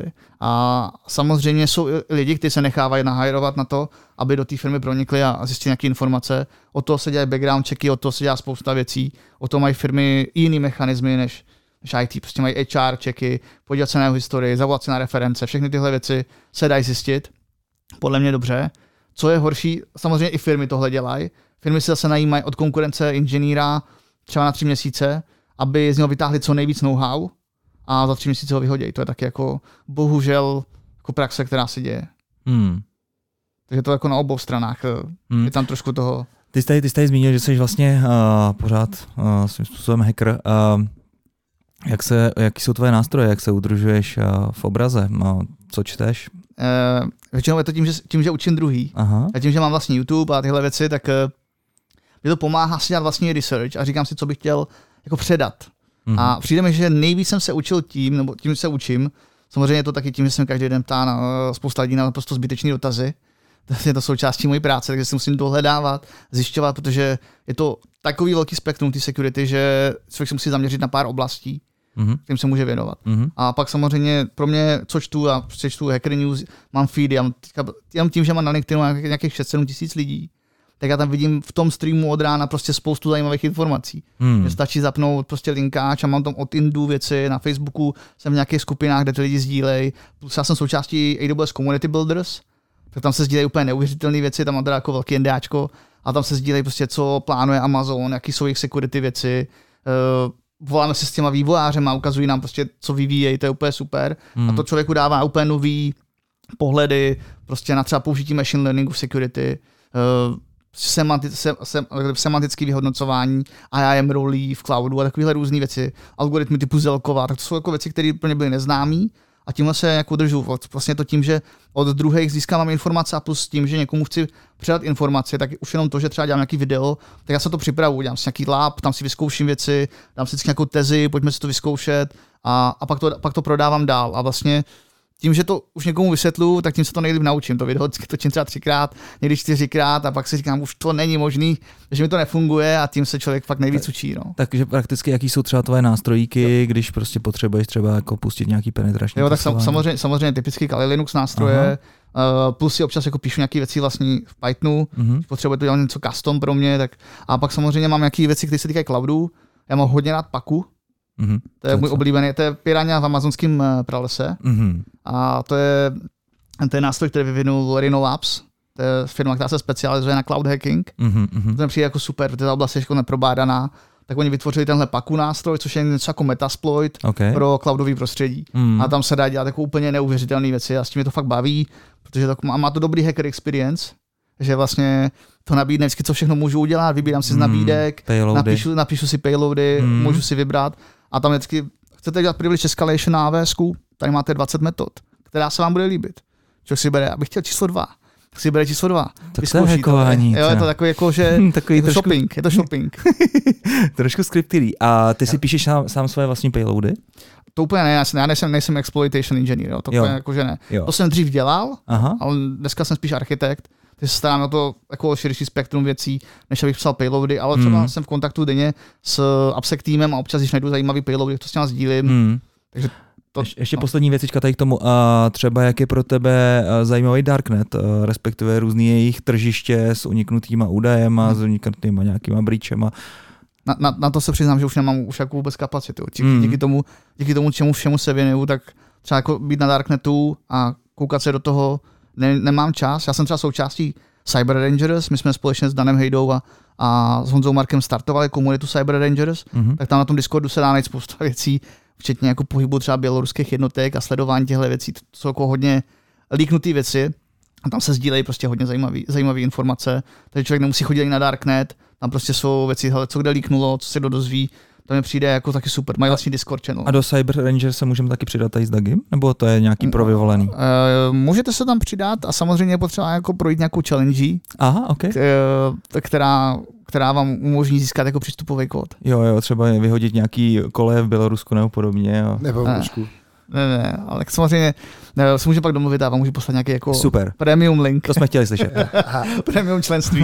A samozřejmě jsou lidi, kteří se nechávají nahajrovat na to, aby do té firmy pronikli a zjistili nějaké informace. O to se dělají background checky, o to se dělá spousta věcí. O to mají firmy jiný mechanismy než, než I T. Prostě mají H R checky, podívat se na jeho historii, zavolat se na reference. Všechny tyhle věci se dají zjistit. Podle mě dobře. Co je horší, samozřejmě i firmy tohle dělají. Firmy si zase najímají od konkurence inženýra třeba na tři měsíce, aby z něho vytáhli co nejvíc know-how a za tři měsíce ho vyhodí. To je taky jako bohužel jako praxe, která se děje. Hmm. Takže to jako na obou stranách. Hmm. Je tam trošku toho... Ty jsi tady, ty jsi tady zmínil, že jsi vlastně uh, pořád uh, svým způsobem hacker. Uh, jak se, jaký jsou tvoje nástroje, jak se udržuješ uh, v obraze? Uh, co čteš? Uh, většinou je to tím, že, tím, že učím druhý. Aha. A tím, že mám vlastní YouTube a tyhle věci, tak uh, mě to pomáhá si dělat vlastní research a říkám si, co bych chtěl jako předat. Mm-hmm. A přijde mi, že nejvíc jsem se učil tím, nebo tím se učím, samozřejmě je to taky tím, že jsem každý den ptá na spousta lidí na naprosto zbytečné dotazy. To je to součástí mojí práce, takže si musím dohledávat, zjišťovat, protože je to takový velký spektrum té security, že člověk se musí zaměřit na pár oblastí, mm-hmm. kterým se může věnovat. Mm-hmm. A pak samozřejmě pro mě, co čtu, a čtu Hacker News, mám feedy, já mám, jenom tím, že mám na LinkedInu nějakých šest sedm tisíc lidí, tak já tam vidím v tom streamu od rána prostě spoustu zajímavých informací. Hmm. Stačí zapnout prostě linkáč a mám tam od Indů věci, na Facebooku jsem v nějakých skupinách, kde ty lidi sdílejí. Plus já jsem součástí A W S Community Builders, tak tam se sdílejí úplně neuvěřitelné věci, tam mám teda jako velký NDáčko a tam se sdílejí prostě, co plánuje Amazon, jaký jsou jejich security věci. voláme se s těma vývojářema, ukazují nám prostě, co vyvíjejí, to je úplně super. Hmm. A to člověku dává úplně nový pohledy prostě na třeba použití machine learningu v security, uh, semanti- se, se, semantické vyhodnocování, I A M rolí v cloudu a takovéhle různé věci, algoritmy typu Zelkova, tak to jsou jako věci, které úplně byly neznámé a tímhle se jako držu. Vlastně to tím, že od druhých získávám informace a plus tím, že někomu chci předat informace, tak už jenom to, že třeba dělám nějaký video, tak já se to připravuji, dělám si nějaký lab, tam si vyzkouším věci, dám si vždycky nějakou tezi, pojďme si to vyzkoušet a, a pak, to, pak to prodávám dál a vlastně tím, že to už někomu vysvětluju, tak tím se to nejlíp naučím. To video vždycky točím třeba třikrát, někdy čtyřikrát a pak si říkám, už to není možný, že mi to nefunguje a tím se člověk fakt nejvíc učí. No. Takže prakticky jaký jsou třeba tvoje nástrojíky, jo. když prostě potřebuješ třeba jako pustit nějaký penetrační. Jo, tak sam, samozřejmě, samozřejmě typicky Kali Linux nástroje, uh, plus si občas jako píšu nějaké věci vlastně v Pythonu, uh-huh. když potřebuje to dělat něco custom pro mě, tak a pak samozřejmě mám nějaké věci, které se týkají cloudu. Já mám hodně rád Paku. Mm-hmm. To je můj oblíbený, to je Piranha v amazonském pralese mm-hmm. a to je, to je nástroj, který vyvinul Rhino Labs, to je firma, která se specializuje na cloud hacking. Mm-hmm. To mi přijde jako super, protože ta oblast je jako neprobádaná, tak oni vytvořili tenhle Paku nástroj, což je něco jako Metasploit okay. pro cloudový prostředí. Mm. A tam se dá dělat jako úplně neuvěřitelné věci a s tím mě to fakt baví, protože to, má to dobrý hacker experience, že vlastně to nabídne vždycky, co všechno můžu udělat, vybírám si z nabídek, mm, napíšu, napíšu si payloady, mm. můžu si vybrat. A tam vždycky, chcete dělat privilege escalation na A W S ku, tady máte dvacet metod, která se vám bude líbit. Člověk si bere, abych chtěl číslo dva, tak si bere číslo dva. Tak to je hackování. Jo, je to takový jako, že takový je to trošku, shopping, je to shopping. Trošku skriptilý. A ty si ja. píšeš sám, sám svoje vlastní payloady? To úplně ne, já nejsem, nejsem exploitation engineer, jo, to jo. úplně jako, že ne. Jo. To jsem dřív dělal, Aha. ale dneska jsem spíš architekt. Ty se starám o to jako širší spektrum věcí, než abych psal payloady, ale třeba hmm. jsem v kontaktu denně s AppSec týmem a občas, když najdu zajímavý payloady, to s těma sdílím. Hmm. Takže to, Ješ, ještě no. poslední věcička tady k tomu. A třeba jak je pro tebe zajímavý darknet, respektive různý jejich tržiště s uniknutýma údajema, hmm. s uniknutýma nějakýma breachema. Na, na, na to se přiznám, že už nemám už jako vůbec kapacitu. Díky, hmm. díky, tomu, díky tomu, čemu všemu se věnuju, tak třeba jako být na darknetu a koukat se do toho, Ne, nemám čas, já jsem třeba součástí Cyber Rangers, my jsme společně s Danem Hejdou a, a s Honzou Markem startovali komunitu Cyber Rangers, mm-hmm. tak tam na tom Discordu se dá najít spousta věcí, včetně jako pohybu třeba běloruských jednotek a sledování těchto věcí, to jsou jako hodně líknuté věci a tam se sdílejí prostě hodně zajímavé informace, takže člověk nemusí chodit ani na Darknet, tam prostě jsou věci, hele, co kde líknulo, co se kdo dozví. To mi přijde jako taky super, mají vlastní Discord channel. A do Cyber Ranger se můžeme taky přidat tady s Dagim? Nebo to je nějaký pro vyvolený? Uh, můžete se tam přidat a samozřejmě je potřeba jako projít nějakou challenge, Aha, okay. která, která vám umožní získat jako přístupový kód. Jo, jo, třeba vyhodit nějaký kole v Bělorusku nebo podobně. Jo. Nebo v Rusku. Ne, ne, ale samozřejmě ne, se můžeme pak domluvit a vám můžu poslat nějaký jako super. Premium link. To jsme chtěli slyšet. Premium členství.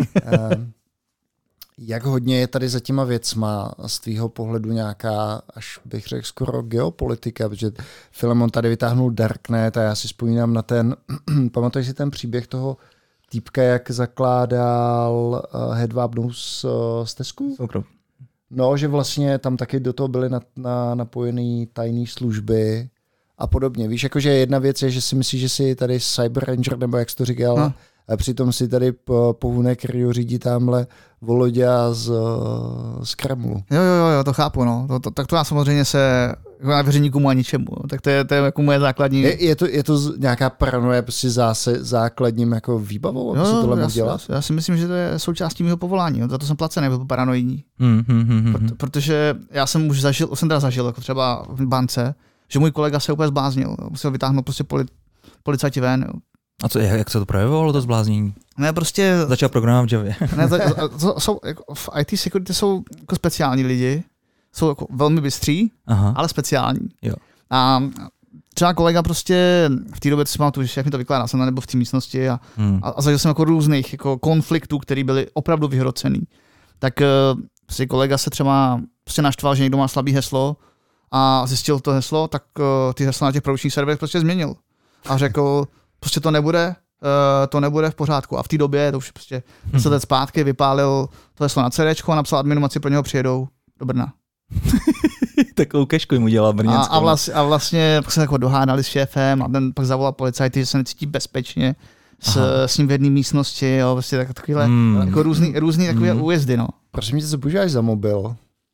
Jak hodně je tady za těma věcma z tvýho pohledu nějaká, až bych řekl, skoro geopolitika, protože Filemon tady vytáhnul Darknet a já si vzpomínám na ten, pamatuješ si ten příběh toho týpka, jak zakládal uh, hedvábnou z, uh, stezku? Super. No, že vlastně tam taky do toho byly na, na, napojený tajné služby a podobně. Víš, jakože jedna věc je, že si myslíš, že jsi tady Cyber Ranger, nebo jak jsi to říkal, no. A přitom si tady pohunek, který řídí tamhle Voloďa z, z Kremlu. Jo, jo, jo, to chápu, no. To, to, tak to já samozřejmě se nevěřím nikomu a ničemu. Tak to je, to je jako moje základní... Je, je, to, je to nějaká paranoja prostě zase základním jako výbavou, aby jo, si tohle mohl já, dělat? Já, já si myslím, že to je součástí mého povolání. Za to jsem placený, byl paranoidní. Mm, mm, mm, Proto, protože já jsem už zažil, jsem teda zažil, jako třeba v bance, že můj kolega se úplně zbláznil. Musel vytáhnout prostě poli, policajti ven. Jo. A co, jak se to projevovalo, to zbláznění? Ne, prostě... Začal programovat v Javě. Ne, to, to jsou, jako, v í té security jsou jako speciální lidi, jsou jako velmi bystří, Aha. ale speciální. Jo. A třeba kolega prostě v té době, co si pamatuju, že jak mi to vykládá, jsem nebo v té místnosti a, hmm. a, a zažil jsem jako různých jako konfliktů, které byly opravdu vyhrocený. Tak si kolega se třeba prostě naštval, že někdo má slabý heslo a zjistil to heslo, tak ty hesla na těch produkčních serverech prostě změnil. A řekl, prostě to nebude, uh, to nebude v pořádku. A v té době, to už prostě deset let zpátky, vypálil to heslo na CDčko a napsal adminomaci, pro něho přijedou do Brna. Takovou kešku jim udělal brněnskou. A, a, vlastně, a vlastně pak se jako dohádali s šéfem a ten pak zavolal policajty, že se necítí bezpečně s, s ním v jedné místnosti, jo, vlastně tak, takovýhle, hmm. jako různý, různý takové hmm. újezdy, no. Prosím tě, co používáš za mobil?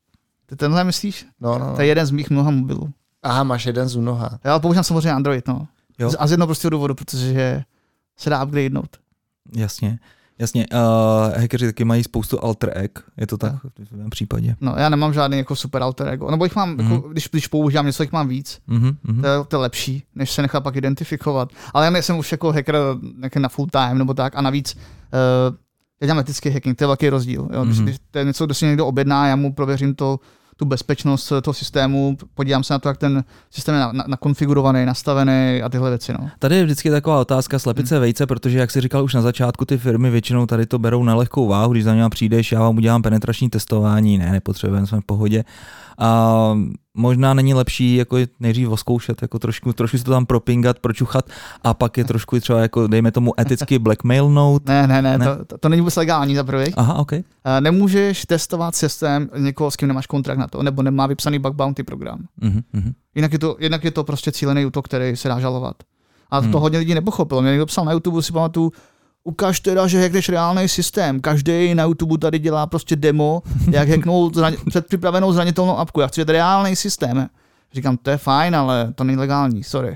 Ty tenhle myslíš? No, no, no. To je jeden z mých mnoha mobilů. Aha, máš jeden z mnoha. Já používám samozřejmě Android, no. Jo. A z jednoho prostého důvodu, protože se dá upgradenout. Jasně. Jasně, uh, hackeři taky mají spoustu alter egg, je to tak v mém případě. No, já nemám žádný jako super alter ego, nebo jich mám, mm-hmm. jako, když, když používám něco, jich mám víc, mm-hmm. to, je, to je lepší, než se nechat pak identifikovat. Ale já nejsem už jako hacker na full time nebo tak a navíc uh, já dělám etický hacking, to je velký rozdíl. Jo? Když, mm-hmm. když to je něco, kde si někdo objedná, já mu prověřím to, tu bezpečnost toho systému, podívám se na to, jak ten systém je nakonfigurovaný, nastavený a tyhle věci. No. Tady je vždycky taková otázka slepice hmm. vejce, protože jak jsi říkal už na začátku, ty firmy většinou tady to berou na lehkou váhu, když za mě přijdeš, já vám udělám penetrační testování, ne, nepotřebujeme, jsme v pohodě. A možná není lepší jako nejdřív oskoušet, jako trošku, trošku si to tam propingat, pročuchat a pak je trošku třeba jako dejme tomu eticky blackmailnout. Ne, ne, ne, ne? To, to, to není vůbec legální za prvých. Aha, ok. Nemůžeš testovat systém někoho, s kým nemáš kontrakt na to, nebo nemá vypsaný bug bounty program. Mm-hmm. Jinak je to, jinak je to prostě cílený útok, který se dá žalovat. A mm. to hodně lidí nepochopilo. Mě někdo psal na YouTube, si pamatuju, ukaž teda, že hackneš reálný systém. Každý na YouTube tady dělá prostě demo, jak hacknout zrani- předpřipravenou zranitelnou apku. Já chci reálný systém. Říkám, to je fajn, ale to není legální, sorry.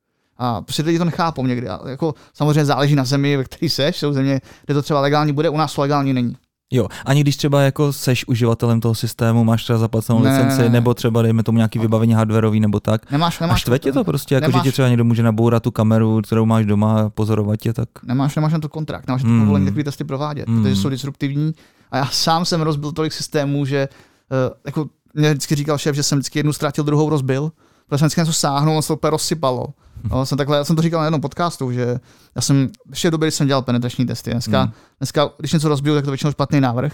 A prostě lidi to nechápou někdy. A jako, samozřejmě záleží na zemi, ve který seš. Jsou země, kde to třeba legální bude, u nás to legální není. Jo, ani když třeba jako seš uživatelem toho systému, máš třeba zaplacenou ne, licenci, ne, ne. nebo třeba dejme tomu nějaký vybavení hardwareový nebo tak. Nemáš, nemáš. A štve tě to prostě, jako že ti třeba někdo může nabourat tu kameru, kterou máš doma a pozorovat tě, tak. Nemáš, nemáš na to kontrakt, nemáš na to mm. povolení takový testy provádět, mm. protože jsou disruptivní. A já sám jsem rozbil tolik systémů, že uh, jako mě vždycky říkal šéf, že jsem vždycky jednu ztratil, druhou rozbil, protože jsem vždycky něco sáhnul, a se to úplně rozsypalo. No, jsem takhle, já jsem to říkal na jednom podcastu, že já jsem ještě v době, když jsem dělal penetrační testy. Dneska, mm. dneska když něco rozbiju, tak to většinou špatný návrh.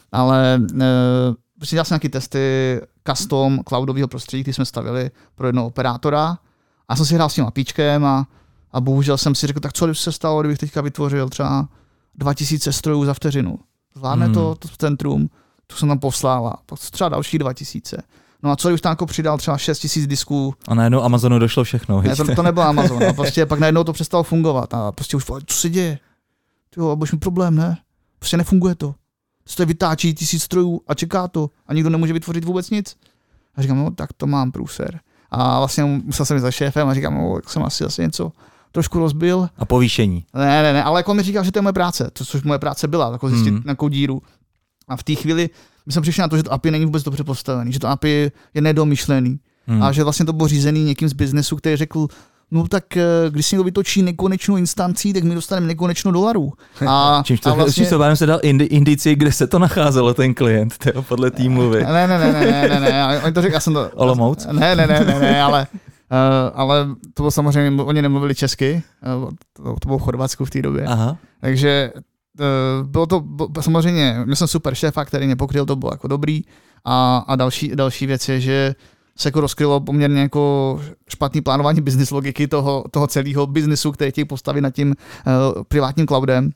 Ale e, prostě dělal jsem nějaké testy custom cloudového prostředí, který jsme stavili pro jednoho operátora. A jsem si hrál s tím apíčkem a, a bohužel jsem si řekl, tak co by se stalo, kdybych teďka vytvořil třeba dva tisíce strojů za vteřinu. Zvládne mm. to, to centrum, to jsem tam poslal a třeba další dva tisíce. No a co když tam jako přidal třeba šest tisíc disků. A najednou Amazonu došlo všechno. Ne, to, to nebyl Amazon. A prostě pak najednou to přestalo fungovat. A prostě už, co se děje? Jo, budeš mít problém, ne? Prostě nefunguje to. Prostě vytáčí tisíc strojů a čeká to. A nikdo nemůže vytvořit vůbec nic. A říkám, no tak to mám průser. A vlastně musel jsem jít za šéfem a říkám, no, jak jsem asi asi něco trošku rozbil. A povýšení. Ne, ne, ne, ale jako mi říkal, že to je moje práce, což moje práce byla, jako zjistit mm. nějakou díru. A v té chvíli my jsme přišli na to, že to A P I není vůbec dobře postavený, že to A P I je nedomyšlený hmm. a že vlastně to bylo řízený někým z biznesu, který řekl, no tak když si někdo vytočí nekonečnou instancí, tak my dostaneme nekonečno dolarů. A, Čímž to, a vlastně... to vám se dal indi, indici, kde se to nacházelo, ten klient, tyjo, podle té mluvy. Ne, ne, ne, ne, ne, ne, oni to řekl, já jsem to... Olomouc? Ne, ne, ne, ne, ne, ale, uh, ale to bylo samozřejmě, oni nemluvili česky, uh, to, to bylo v Chorvatsku v té době, aha. takže uh, bylo to, bylo, samozřejmě, měl jsem super šéfa, který mě pokryl, to bylo jako dobrý a, a další, další věc je, že se jako rozkrylo poměrně jako špatný plánování business logiky toho, toho celého biznesu, který chtějí postavit nad tím uh, privátním cloudem.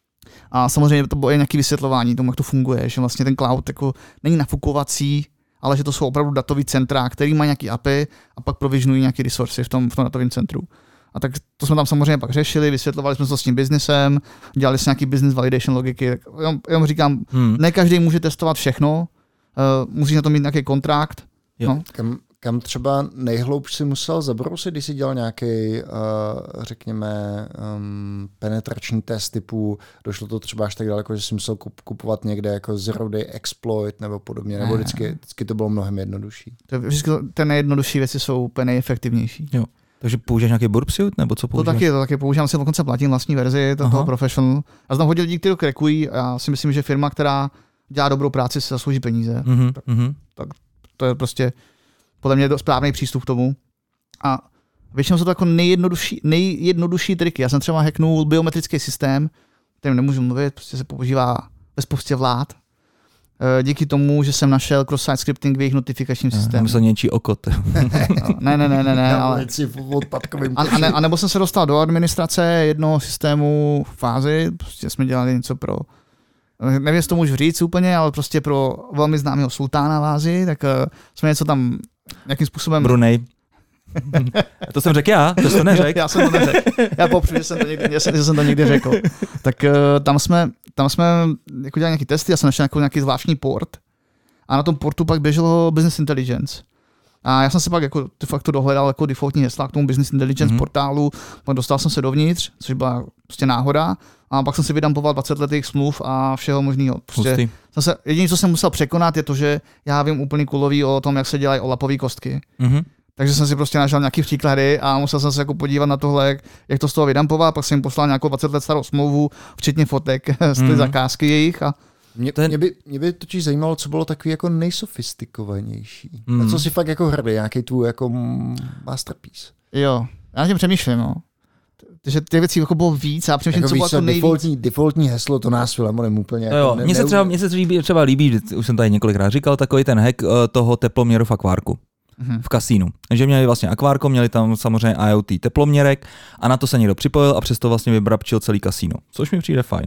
A samozřejmě to bylo i nějaké vysvětlování tomu, jak to funguje, že vlastně ten cloud jako není nafukovací, ale že to jsou opravdu datový centra, který mají nějaký A P I a pak provisionují nějaké resursy v tom, v tom datovém centru. A tak to jsme tam samozřejmě pak řešili, vysvětlovali jsme to s tím biznesem, dělali jsme nějaký business validation logiky. Jenom, jenom říkám, hmm. ne každý může testovat všechno, uh, musí na to mít nějaký kontrakt. No. Kam, kam třeba nejhloubš si musel zabrousit, když jsi dělal nějaký, uh, řekněme, um, penetrační test typu, došlo to třeba až tak daleko, že jsi musel kup, kupovat někde jako zero day exploit nebo podobně, nebo vždycky, vždycky to bylo mnohem jednodušší. To, vždycky ty nejjednodušší věci jsou úplně nejefektivnější. Jo. Takže používáš nějaký Burpsuit, nebo co používáš? To taky, to taky používám, si dokonce platím vlastní verzi to, toho Professional. A znám hodně lidí, kteří to crackují a já si myslím, že firma, která dělá dobrou práci, si zaslouží peníze. Mm-hmm. Tak, tak to je prostě podle mě správný přístup k tomu. A většinou jsou to jako nejjednodušší, nejjednodušší triky. Já jsem třeba hacknul biometrický systém, kterým nemůžu mluvit, prostě se používá ve spoustě vlád. Díky tomu, že jsem našel cross-site scripting v jejich notifikačním systému. Myslím něčí okot. ne, ne, ne, ne, ne, ale... A, a, ne, a nebo jsem se dostal do administrace jednoho systému v fázi, prostě jsme dělali něco pro, nevím, jestli to můžu říct úplně, ale prostě pro velmi známého sultána v Ázii, tak uh, jsme něco tam nějakým způsobem... Brunej. To jsem řekl já, to jsem neřekl. Já jsem to neřekl. Já popřu, že jsem to někdy, že jsem to někdy řekl. Tak uh, tam jsme, tam jsme jako dělali nějaký testy, já jsem našel nějaký, nějaký zvláštní port a na tom portu pak běželo Business Intelligence. A já jsem se pak jako de facto dohledal jako defaultní hesla k tomu Business Intelligence mm-hmm. portálu, pak dostal jsem se dovnitř, což byla prostě náhoda, a pak jsem si vydampoval dvacet letých smluv a všeho možného. Prostě se, jediné, co jsem musel překonat, je to, že já vím úplný kulový o tom, jak se dělají olapové kostky. Mm-hmm. Takže jsem si prostě našel nějaký příklady a musel jsem se jako podívat na tohle, jak, jak to z toho vydampovat, pak jsem jim poslal nějakou dvacet let starou smlouvu, včetně fotek z té mm-hmm. zakázky jejich. A Mě, ten... mě, by, mě by totiž zajímalo, co bylo takový jako nejsofistikovanější. Mm. A co si fakt jako hrdý, nějaký tvůj jako masterpiece. Jo, já tím přemýšlím, no. Takže těch věcí jako bylo víc a přemýšlím, jako co bylo jako nejvíc. Defaultní, defaultní heslo, to nás Filemonem úplně no jako jo, ne, mně se třeba, mně se třeba, třeba líbí, už jsem tady několikrát říkal, takový ten hack uh, toho teploměru v akvárku. Mm-hmm. V kasínu. Takže měli vlastně akvárko, měli tam samozřejmě I O T teploměrek a na to se někdo připojil a přesto vlastně vybrabčil celý kasíno. Což mi přijde fajn.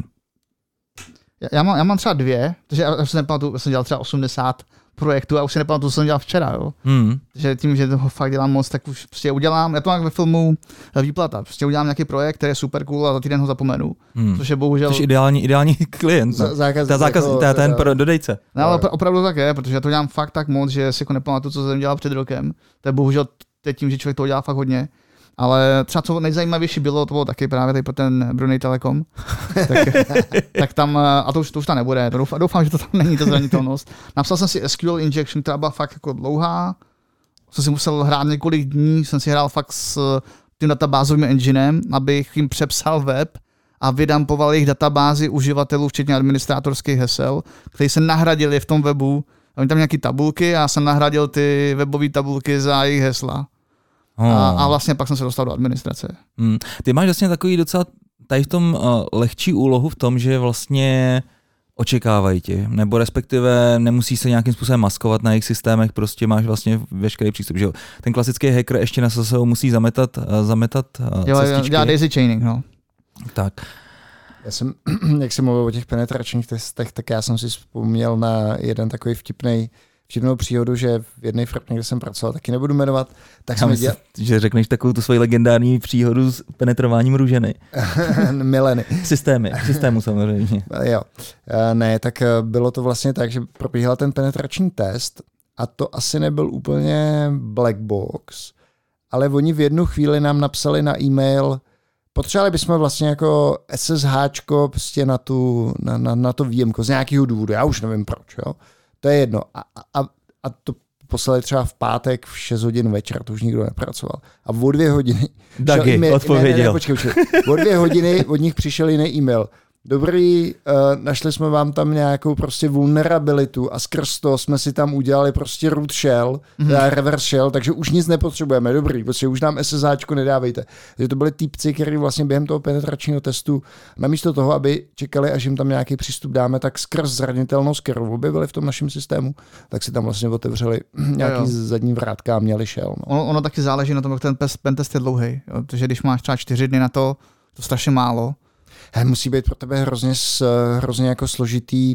Já, já, mám, já mám třeba dvě, protože já, já si nepamatuju, já jsem dělal třeba osmdesát projektů a už si nepamatuju, co jsem dělal včera, jo. Mm. Takže tím, že toho fakt dělám moc, tak už prostě udělám, já to mám ve filmu Výplata, prostě udělám nějaký projekt, který je super cool a za týden ho zapomenu, mm. což je bohužel... Což je ideální, ideální klient, Z, zákaz, ta zákaz, jako, ta, ten pro, dodejce. No, ale opravdu tak je, protože já to dělám fakt tak moc, že si jako nepamatuju, co jsem dělal před rokem, to je bohužel teď tím, že člověk to dělá fakt hodně. Ale třeba co nejzajímavější bylo, to bylo taky právě tady pro ten Brunei Telekom. tak, tak tam, a to už, to už tam nebude, to doufám, doufám, že to tam není, ta zranitelnost. Napsal jsem si S Q L injection, která byla fakt jako dlouhá. Jsem si musel hrát několik dní, jsem si hrál fakt s tím databázovým enginem, abych jim přepsal web a vydampoval jejich databázi uživatelů, včetně administrátorských hesel, které se nahradili v tom webu. Oni tam nějaké tabulky a já jsem nahradil ty webové tabulky za jejich hesla. Oh. A, a vlastně pak jsem se dostal do administrace. Hmm. Ty máš vlastně takový docela tady v tom uh, lehčí úlohu v tom, že vlastně očekávají ti, nebo respektive nemusí se nějakým způsobem maskovat na jejich systémech, prostě máš vlastně veškerý přístup. Že jo? Ten klasický hacker ještě na sebe musí zametat, uh, zametat uh, jo, cestičky. Jo, daisy chaining, no. Tak. Já jsem, jak jsem mluvil o těch penetračních testech, tak já jsem si vzpomněl na jeden takový vtipnej vtipnou příhodu, že v jedné firmě, kde jsem pracoval, taky nebudu jmenovat, tak jsme dělali... Že řekneš takovou tu svoji legendární příhodu s penetrováním růženy. Mileny. Systémy, systému samozřejmě. Jo. Ne, tak bylo to vlastně tak, že probíhal ten penetrační test a to asi nebyl úplně black box, ale oni v jednu chvíli nám napsali na e-mail, potřebovali bychom vlastně jako SSHčko prostě na, tu, na, na, na to výjimko z nějakého důvodu, já už nevím proč, jo. To je jedno. A, a, a to poslali třeba v pátek v šest hodin večer, to už nikdo nepracoval. A o dvě hodiny... Taky, odpověděl. Ne, ne, ne, počkej, počkej. O dvě hodiny od nich přišel jiný e-mail. Dobrý, uh, našli jsme vám tam nějakou prostě vulnerabilitu a skrz to jsme si tam udělali prostě root shell, mm-hmm. reverse shell, takže už nic nepotřebujeme. Dobrý, protože už nám SSHčko nedávejte. Takže to byli týpci, kteří vlastně během toho penetračního testu, namísto toho, aby čekali, až jim tam nějaký přístup dáme, tak skrz zranitelnost, kterou objevili v tom našem systému, tak si tam vlastně otevřeli nějaký jo. zadní vrátka a měli shell. No. Ono, ono taky záleží na tom, jak ten pentest je dlouhý. Protože když máš třeba čtyři dny na to, to strašně málo. He, musí být pro tebe hrozně, hrozně jako složitý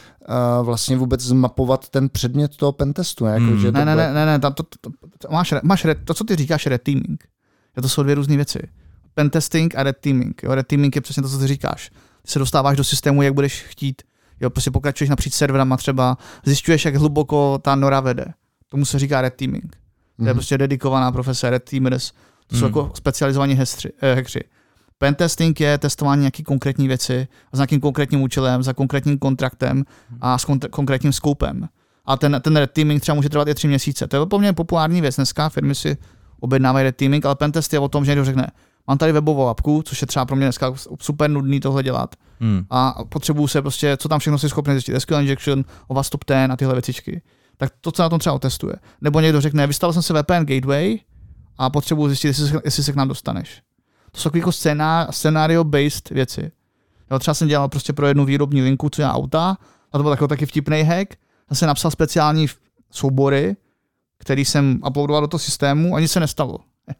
uh, vlastně vůbec zmapovat ten předmět toho pentestu. Ne, jako, mm. že ne, ne, ne, ne, ne, to, to, to, to, máš, máš red, to, co ty říkáš, red teaming. To jsou dvě různé věci. Pentesting a red teaming. Jo, red teaming je přesně to, co ty říkáš. Ty se dostáváš do systému, jak budeš chtít. Jo, prostě pokračuješ napříč serverama třeba, zjišťuješ, jak hluboko ta nora vede. Tomu se říká red teaming. To je mm. prostě dedikovaná profese, red teamers. To jsou mm. jako specializovaní hackři. Pentesting je testování nějaké konkrétní věci s nějakým konkrétním účelem, za konkrétním kontraktem a s kontr- konkrétním skoupem. A ten, ten red teaming třeba může trvat i tři měsíce. To je poměrně populární věc. Dneska firmy si objednávají red teaming, ale pentest je o tom, že někdo řekne, mám tady webovou apku, což je třeba pro mě dneska super nudný tohle dělat. Hmm. A potřebuju se prostě, co tam všechno si schopný zjistit, S Q L injection, O W A S top deset a tyhle věcičky. Tak to, co na tom třeba otestuje. Nebo někdo řekne, vystavil jsem si V P N gateway a potřebuju zjistit, jestli se, jestli se k nám dostaneš. To jsou jako scéná, scenario-based věci. Jo, třeba jsem dělal prostě pro jednu výrobní linku, co je auta, a to byl takový taky vtipný hack. Já jsem napsal speciální soubory, který jsem uploadoval do toho systému a nic se nestalo.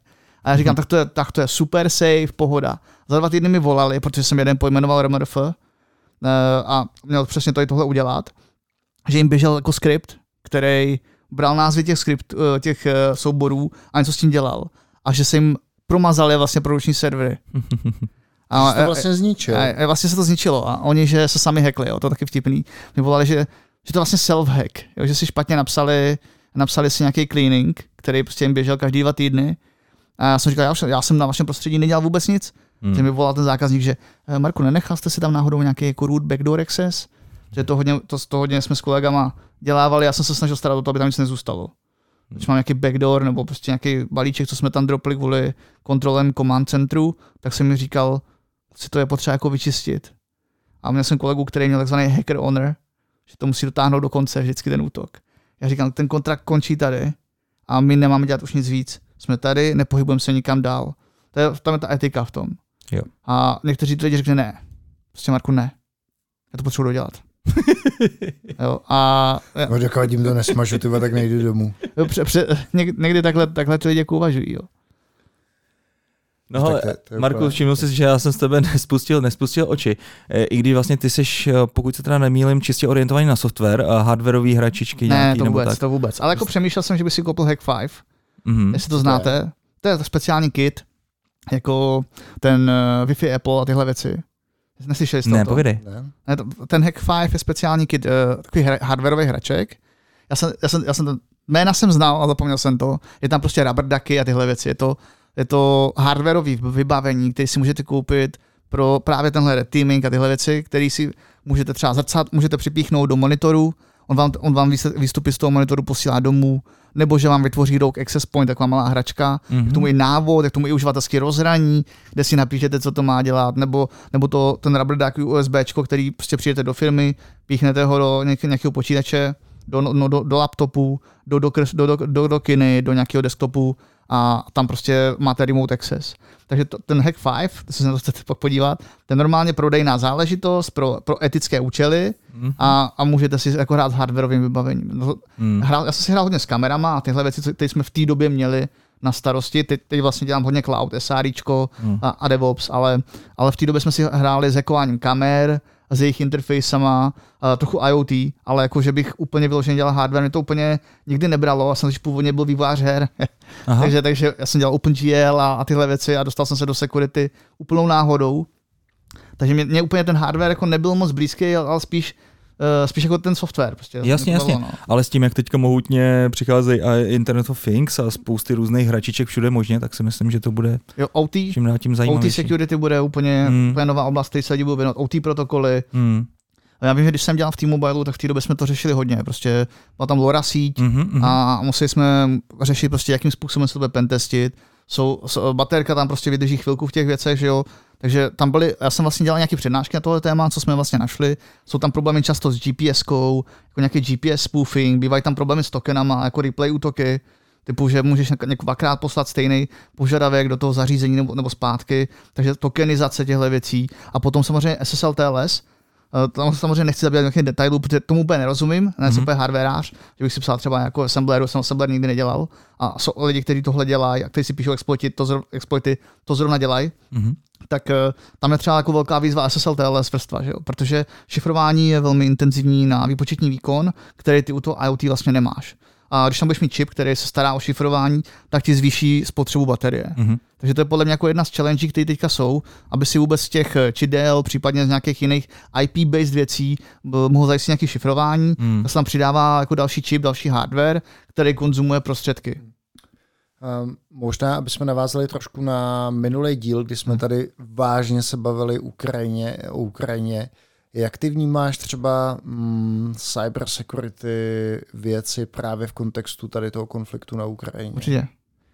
A já říkám, hmm. tak, to je, tak to je super safe, pohoda. Za dva týdny mi volali, protože jsem jeden pojmenoval R M R F a měl přesně to i tohle udělat, že jim běžel jako skript, který bral názvy těch, skript, těch souborů a něco s tím dělal. A že se jim promazali vlastně produkční servery. A to vlastně zničilo. A, a vlastně se to zničilo a oni, že se sami hackli, jo, to je taky vtipný. Mě volali, že že to vlastně self-hack, jo, že si špatně napsali, napsali si nějaký cleaning, který prostě jim běžel každý dva týdny. A já jsem říkal, já, už, já jsem na vašem prostředí nedělal vůbec nic. Hmm. Že mi volal ten zákazník, že Marku, nenechal jste si tam náhodou nějaký jako root backdoor access? Že to hodně, to, to hodně jsme s kolegama dělávali, já jsem se snažil starat o to, aby tam nic nezůstalo. Když mám nějaký backdoor nebo prostě nějaký balíček, co jsme tam dropli kvůli kontrolem command centru, tak jsem mi říkal, si to je potřeba jako vyčistit. A měl jsem kolegu, který měl takzvaný hacker honor, že to musí dotáhnout do konce vždycky ten útok. Já říkám, ten kontrakt končí tady a my nemáme dělat už nic víc. Jsme tady, nepohybujeme se nikam dál. To je, tam je ta etika v tom. Jo. A někteří lidi řekne ne. Prostě Marku ne. Já to potřebuji dodělat. Jo, a... No, dokud jim to nesmažu, tyba, tak nejdu domů. Jo, pře, pře, něk, někdy takhle, takhle ty lidi jako uvažují, jo. No ale, Marku, všiml jsi, že já jsem z tebe nespustil, nespustil oči. I když vlastně ty seš, pokud se teda nemýlím, čistě orientovaný na software a hardwareový hračičky ne, nějaký, to nebo vůbec, tak. to vůbec. Ale jako přemýšlel jsem, že by si koupil Hack pět, mm-hmm. jestli to znáte. To je speciální kit, jako ten uh, Wi-Fi Apple a tyhle věci. Neslyšeli jste ne, to? povědej. Ne, to, ten Hack pět je speciální kit, uh, takový hra, hardwareový hraček. Já jsem, já jsem, já jsem to, jména jsem znal, ale zapomněl jsem to. Je tam prostě rubber ducky a tyhle věci. Je to, je to hardwareové vybavení, které si můžete koupit pro právě tenhle teaming a tyhle věci, které si můžete třeba zrcat, můžete připíchnout do monitoru, on vám, on vám výstupy z toho monitoru posílá domů, nebo že vám vytvoří rogue access point, taková malá hračka, mm-hmm. k tomu i návod, k tomu i uživatelský rozhraní, kde si napíšete, co to má dělat, nebo, nebo to, ten rubber duck USBčko, který prostě přijete do firmy, píchnete ho do nějakého počítače, do, no, do, do laptopu, do, do, do, do, do, do kiny, do nějakého desktopu a tam prostě máte remote access. Takže to, ten Hack pět, to se na to chcete pak podívat, to je normálně prodejná záležitost pro, pro etické účely mm-hmm. a, a můžete si jako hrát s hardwareovým vybavením. Mm. Hrál, já jsem si hrál hodně s kamerama a tyhle věci, které jsme v té době měli na starosti, teď, teď vlastně dělám hodně cloud, SRIčko mm. a, a DevOps, ale, ale v té době jsme si hráli s hackováním kamer, s jejich interfejsama, trochu IoT, ale jako, že bych úplně vyloženě dělal hardware, mě to úplně nikdy nebralo, já jsem když původně byl vývojář her, takže, takže já jsem dělal OpenGL a, a tyhle věci a dostal jsem se do security úplnou náhodou, takže mě, mě úplně ten hardware jako nebyl moc blízký, ale spíš Uh, spíš jako ten software. Prostě, jasně, jasně. No. Ale s tím, jak teďka mohutně přicházejí Internet of Things a spousty různých hračiček všude možně, tak si myslím, že to bude jo, O T, čím dál tím zajímavější. O T security bude úplně, hmm. úplně nová oblast, který se lidi budou věnovat. O T protokoly. Hmm. Já vím, že když jsem dělal v T-Mobile, tak v té době jsme to řešili hodně. Prostě byla tam LoRa síť mm-hmm. a museli jsme řešit prostě, jakým způsobem se to bude pentestit. Jsou, jsou, baterka tam prostě vydrží chvilku v těch věcech, že jo. Takže tam byly, já jsem vlastně dělal nějaké přednášky na tohle téma, co jsme vlastně našli. Jsou tam problémy často s GPSkou, jako nějaký G P S spoofing, bývají tam problémy s tokenama, jako replay útoky, typu, že můžeš dvakrát poslat stejný požadavek do toho zařízení nebo, nebo zpátky, takže tokenizace těchto věcí. A potom samozřejmě S S L T L S, tam samozřejmě nechci zabývat nějakých detailů, protože tomu úplně nerozumím, ne jsem úplně hardwareář, že bych si psal třeba jako assembleru, jsem assembler nikdy nedělal. A jsou lidi, kteří tohle dělají a kteří si píšou exploity, to, zro, exploity, to zrovna dělají. Mm-hmm. Tak tam je třeba jako velká výzva S S L T L S vrstva, že jo? Protože šifrování je velmi intenzivní na výpočetní výkon, který ty u toho IoT vlastně nemáš. A když tam budeš mít čip, který se stará o šifrování, tak ti zvýší spotřebu baterie. Mm-hmm. Takže to je podle mě jako jedna z challenge, které teďka jsou, aby si vůbec z těch čidel, případně z nějakých jiných I P-based věcí mohl zajistit nějaké šifrování. Mm. Tak se tam přidává jako další čip, další hardware, který konzumuje prostředky. Um, možná, aby jsme navázali trošku na minulý díl, kdy jsme tady vážně se bavili Ukrajině, o Ukrajině. Jak ty vnímáš třeba mm, cyber security věci právě v kontextu tady toho konfliktu na Ukrajině? Určitě.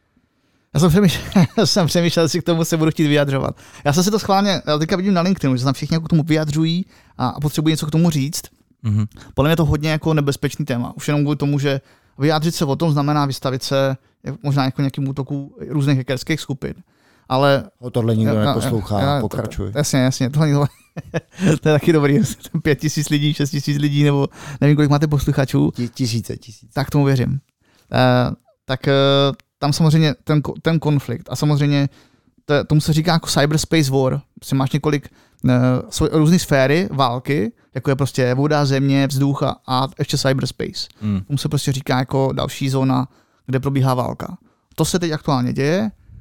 Já jsem přemýšlel, jsem přemýšlel, jestli k tomu se budu chtít vyjadřovat. Já jsem si to schválně, já teďka vidím na LinkedInu, že se tam všichni jako k tomu vyjadřují a, a potřebují něco k tomu říct. Mm-hmm. Podle mě je to hodně jako nebezpečný téma. Už jenom kvůli tomu, že vyjádřit se o tom znamená vystavit se možná jako nějakým útoku různých hackerských skupin. Ale o tohle nikdo neposlouchá, pokračuj. Jasně, jasně, tohle nikdo, to je taky dobrý, pět tisíc lidí, šest tisíc lidí, nebo nevím, kolik máte posluchačů. Tisíce, tisíce. Tak tomu věřím. Uh, tak uh, tam samozřejmě ten, ten konflikt a samozřejmě to, tomu se říká jako cyberspace war. Prostě máš několik uh, různých sféry války, jako je prostě voda, země, vzduch a, a ještě cyberspace. Mm. Tomu se prostě říká jako další zóna, kde probíhá válka. To se teď aktuálně děje.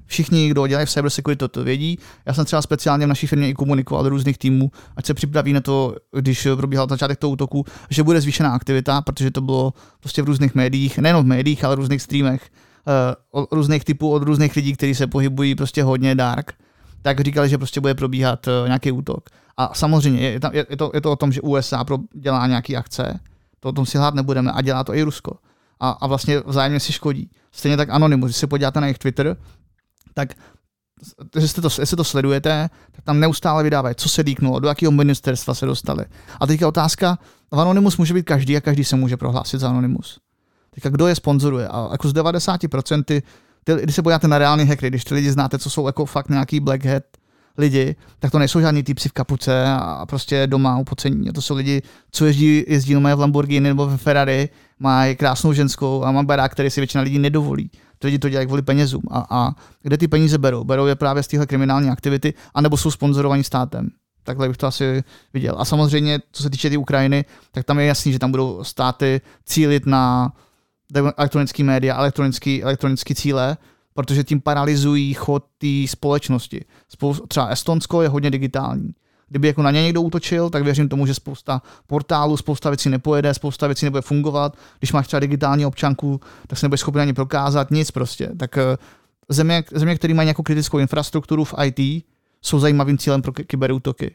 Všichni, kdo dělají v cybersecurity, to, to vědí. Já jsem třeba speciálně v naší firmě i komunikoval do různých týmů, ať se připraví na to, když probíhal začátek toho útoku, že bude zvýšená aktivita, protože to bylo prostě v různých médiích, nejenom v médiích, ale v různých streamech, od různých typů, od různých lidí, kteří se pohybují prostě hodně dark, tak říkali, že prostě bude probíhat nějaký útok. A samozřejmě je, tam, je, to, je to o tom, že U S A dělá nějaké akce, to o tom si hlát nebudeme, a dělá to i Rusko. A, a vlastně vzájemně si škodí. Stejně tak Anonymous, když se podíváte na jejich Twitter, tak jestli to, jestli to sledujete, tak tam neustále vydávají, co se líknulo, do jakého ministerstva se dostali. A teďka otázka, v Anonymous může být každý a každý se může prohlásit za Anonymous. Teďka kdo je sponzoruje? A jako z devadesát procent, ty, když se podíváte na reální hackery, když ty lidi znáte, co jsou jako fakt nějaký black hat lidi, tak to nejsou žádný týpci v kapuce a prostě doma upocení. To jsou lidi, co jezdí, jezdí no, mají v Lamborghini nebo ve Ferrari, mají krásnou ženskou a má barák, který si většina lidí nedovolí. Ty lidi to dělají kvůli penězům. A, a kde ty peníze berou? Berou je právě z téhle kriminální aktivity, anebo jsou sponzorovaní státem. Takhle bych to asi viděl. A samozřejmě, co se týče té Ukrajiny, tak tam je jasný, že tam budou státy cílit na elektronické média, elektronické, elektronické cíle, protože tím paralyzují chod té společnosti. Spou- třeba Estonsko je hodně digitální. Kdyby jako na ně někdo útočil, tak věřím tomu, že spousta portálů, spousta věcí nepojede, spousta věcí nebude fungovat. Když máš třeba digitální občanku, tak se nebudeš schopný ani prokázat, nic prostě. Tak země, země které mají nějakou kritickou infrastrukturu v I T, jsou zajímavým cílem pro kyberútoky.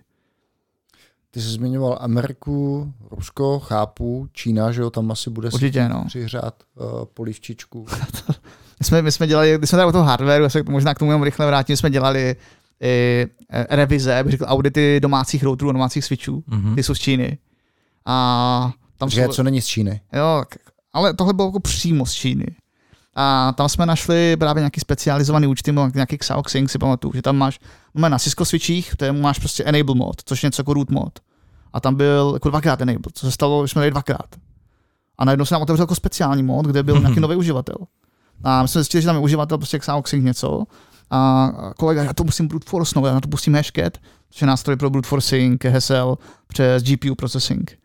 Ty jsi zmiňoval Ameriku, Rusko, chápu, Čína, že jo, tam asi bude určitě, no. přihřát uh, polivčičku. my, jsme, my jsme dělali, když jsme tady o toho hardwareu, já se možná k tomu jenom rychle vrátím, jsme dělali i revize, bych řekl audity domácích routerů, domácích switchů, mm-hmm. ty jsou z Číny. A tam že jsou, co není z Číny. Jo, ale tohle bylo jako přímo z Číny. A tam jsme našli právě nějaký specializovaný účty, nějaký Xiaoxing, si pamatuju, že tam máš, máme na Cisco switchích, to je, máš prostě enable mod, což je něco jako root mod. A tam byl jako dvakrát enable, co se stalo, že jsme dali dvakrát. A najednou se nám otevřel jako speciální mod, kde byl nějaký nový uživatel. A my jsme zjistili, že tam je uživatel prostě Xiaoxing něco. A kolega, já to musím brute force, no, já na to pustím Hashcat, což je nástroj pro brute forcing, hesel přes G P U processing.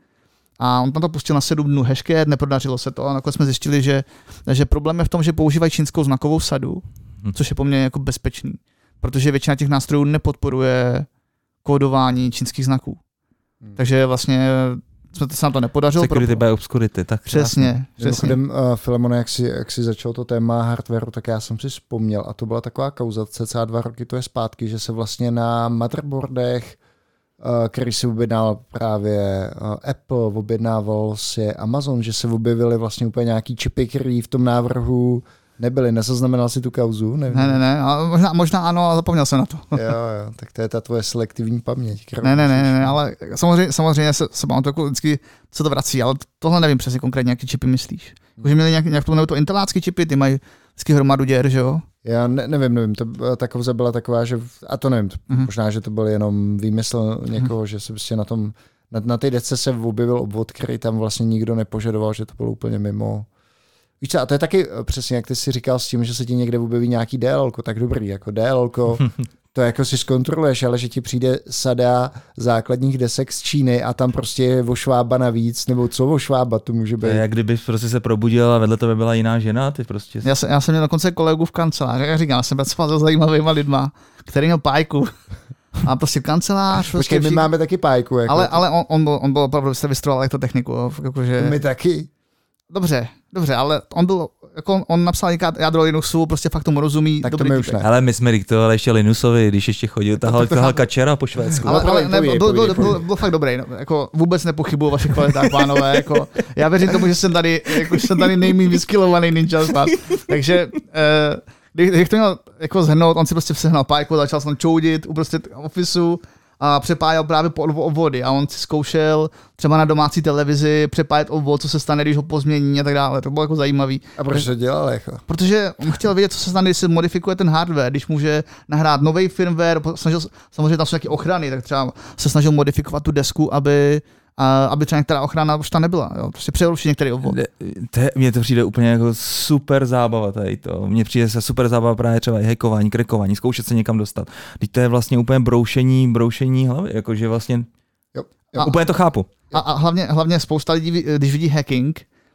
A on tam to pustil na sedm dnů Hashcat, neprodařilo se to a nakonec jsme zjistili, že, že problém je v tom, že používají čínskou znakovou sadu, což je poměrně jako bezpečný, protože většina těch nástrojů nepodporuje kódování čínských znaků. Hmm. Takže vlastně se nám to nepodařilo. Security by obscurity, tak přesně. přesně. Mimochodem, uh, Filemone, jak jsi, jak jsi začal to téma hardwareu, tak já jsem si vzpomněl a to byla taková kauza, cca dva roky to je zpátky, že se vlastně na motherboardech, uh, který si objednal právě uh, Apple, objednával si Amazon, že se objevily vlastně úplně nějaký čipy, který v tom návrhu nebyly. Nezaznamenal si tu kauzu? Nevím. Ne, ne, ne, možná, možná ano, ale zapomněl jsem na to. Jo, jo, tak to je ta tvoje selektivní paměť. Ne, ne, ne, ne, ale samozřejmě, samozřejmě se, se mám to jako vždycky, co to vrací, ale tohle nevím přesně konkrétně, jaký čipy myslíš. Jakože měli nějak, nějak to, nebo to intelácký čipy, ty mají vždycky hromadu děr, že jo? Já ne, nevím, nevím, to, ta kauza byla taková, že, a to nevím, to, uh-huh. možná, že to byl jenom výmysl někoho, uh-huh. že se prostě na tom, na, na té desce se objevil obvod, který tam vlastně nikdo nepožadoval, že to bylo úplně mimo. Víš co, a to je taky přesně, jak ty jsi říkal s tím, že se ti někde objeví nějaký D L L ko, tak dobrý, jako D L L ko, to jako si zkontroluješ, ale že ti přijde sada základních desek z Číny a tam prostě je vošvába navíc, nebo co vošvába to může být. To je, jak kdyby prostě se probudil a vedle tebe byla jiná žena, ty prostě... Já jsem, já jsem měl dokonce kolegu v kanceláři, jak říkám, já jsem pracoval s zajímavýma lidma, který měl pájku. A prostě kancelář. Počkej, prostě my máme taky pájku. Jako ale, ale on, on, byl, on byl opravdu, jste vystroval elektrotechniku. Jakože... My taky. Dobře, dobře, ale on byl, jako on napsal jádro Linuxu, prostě fakt tomu rozumí. Tak to my už ne. Ale my jsme diktovali ještě Linuxovi, když ještě chodil, tahal, tahal kačera po Švédsku. Ale, ale ne, byl, byl, byl, byl, byl fakt dobrý, no, jako vůbec nepochybuju o vašich kvalitách, pánové, jako já věřím tomu, že jsem tady, jako jsem tady nejméně vyskilovaný ninja spát, takže eh, když to měl jako zhrnout, on si prostě sehnal pájku, začal jsem čoudit uprostřed ofisu, a přepájel právě po obvody a on si zkoušel třeba na domácí televizi přepájet obvod, co se stane, když ho pozmění a tak dále. To bylo jako zajímavý. A proč to dělal? Jako? Protože on chtěl vědět, co se stane, když se modifikuje ten hardware, když může nahrát nový firmware, snažil, samozřejmě tam jsou nějaké ochrany, tak třeba se snažil modifikovat tu desku, aby a aby třeba některá ochrana už tam nebyla. Jo? Prostě přerušit některý obvod. Mně to přijde úplně jako super zábava tady to. Mně přijde se super zábava právě třeba i hackování, krekování, zkoušet se někam dostat. Teď to je vlastně úplně broušení, broušení hlavy, jakože vlastně jo, jo. úplně to chápu. A, a hlavně, hlavně spousta lidí, když vidí hacking,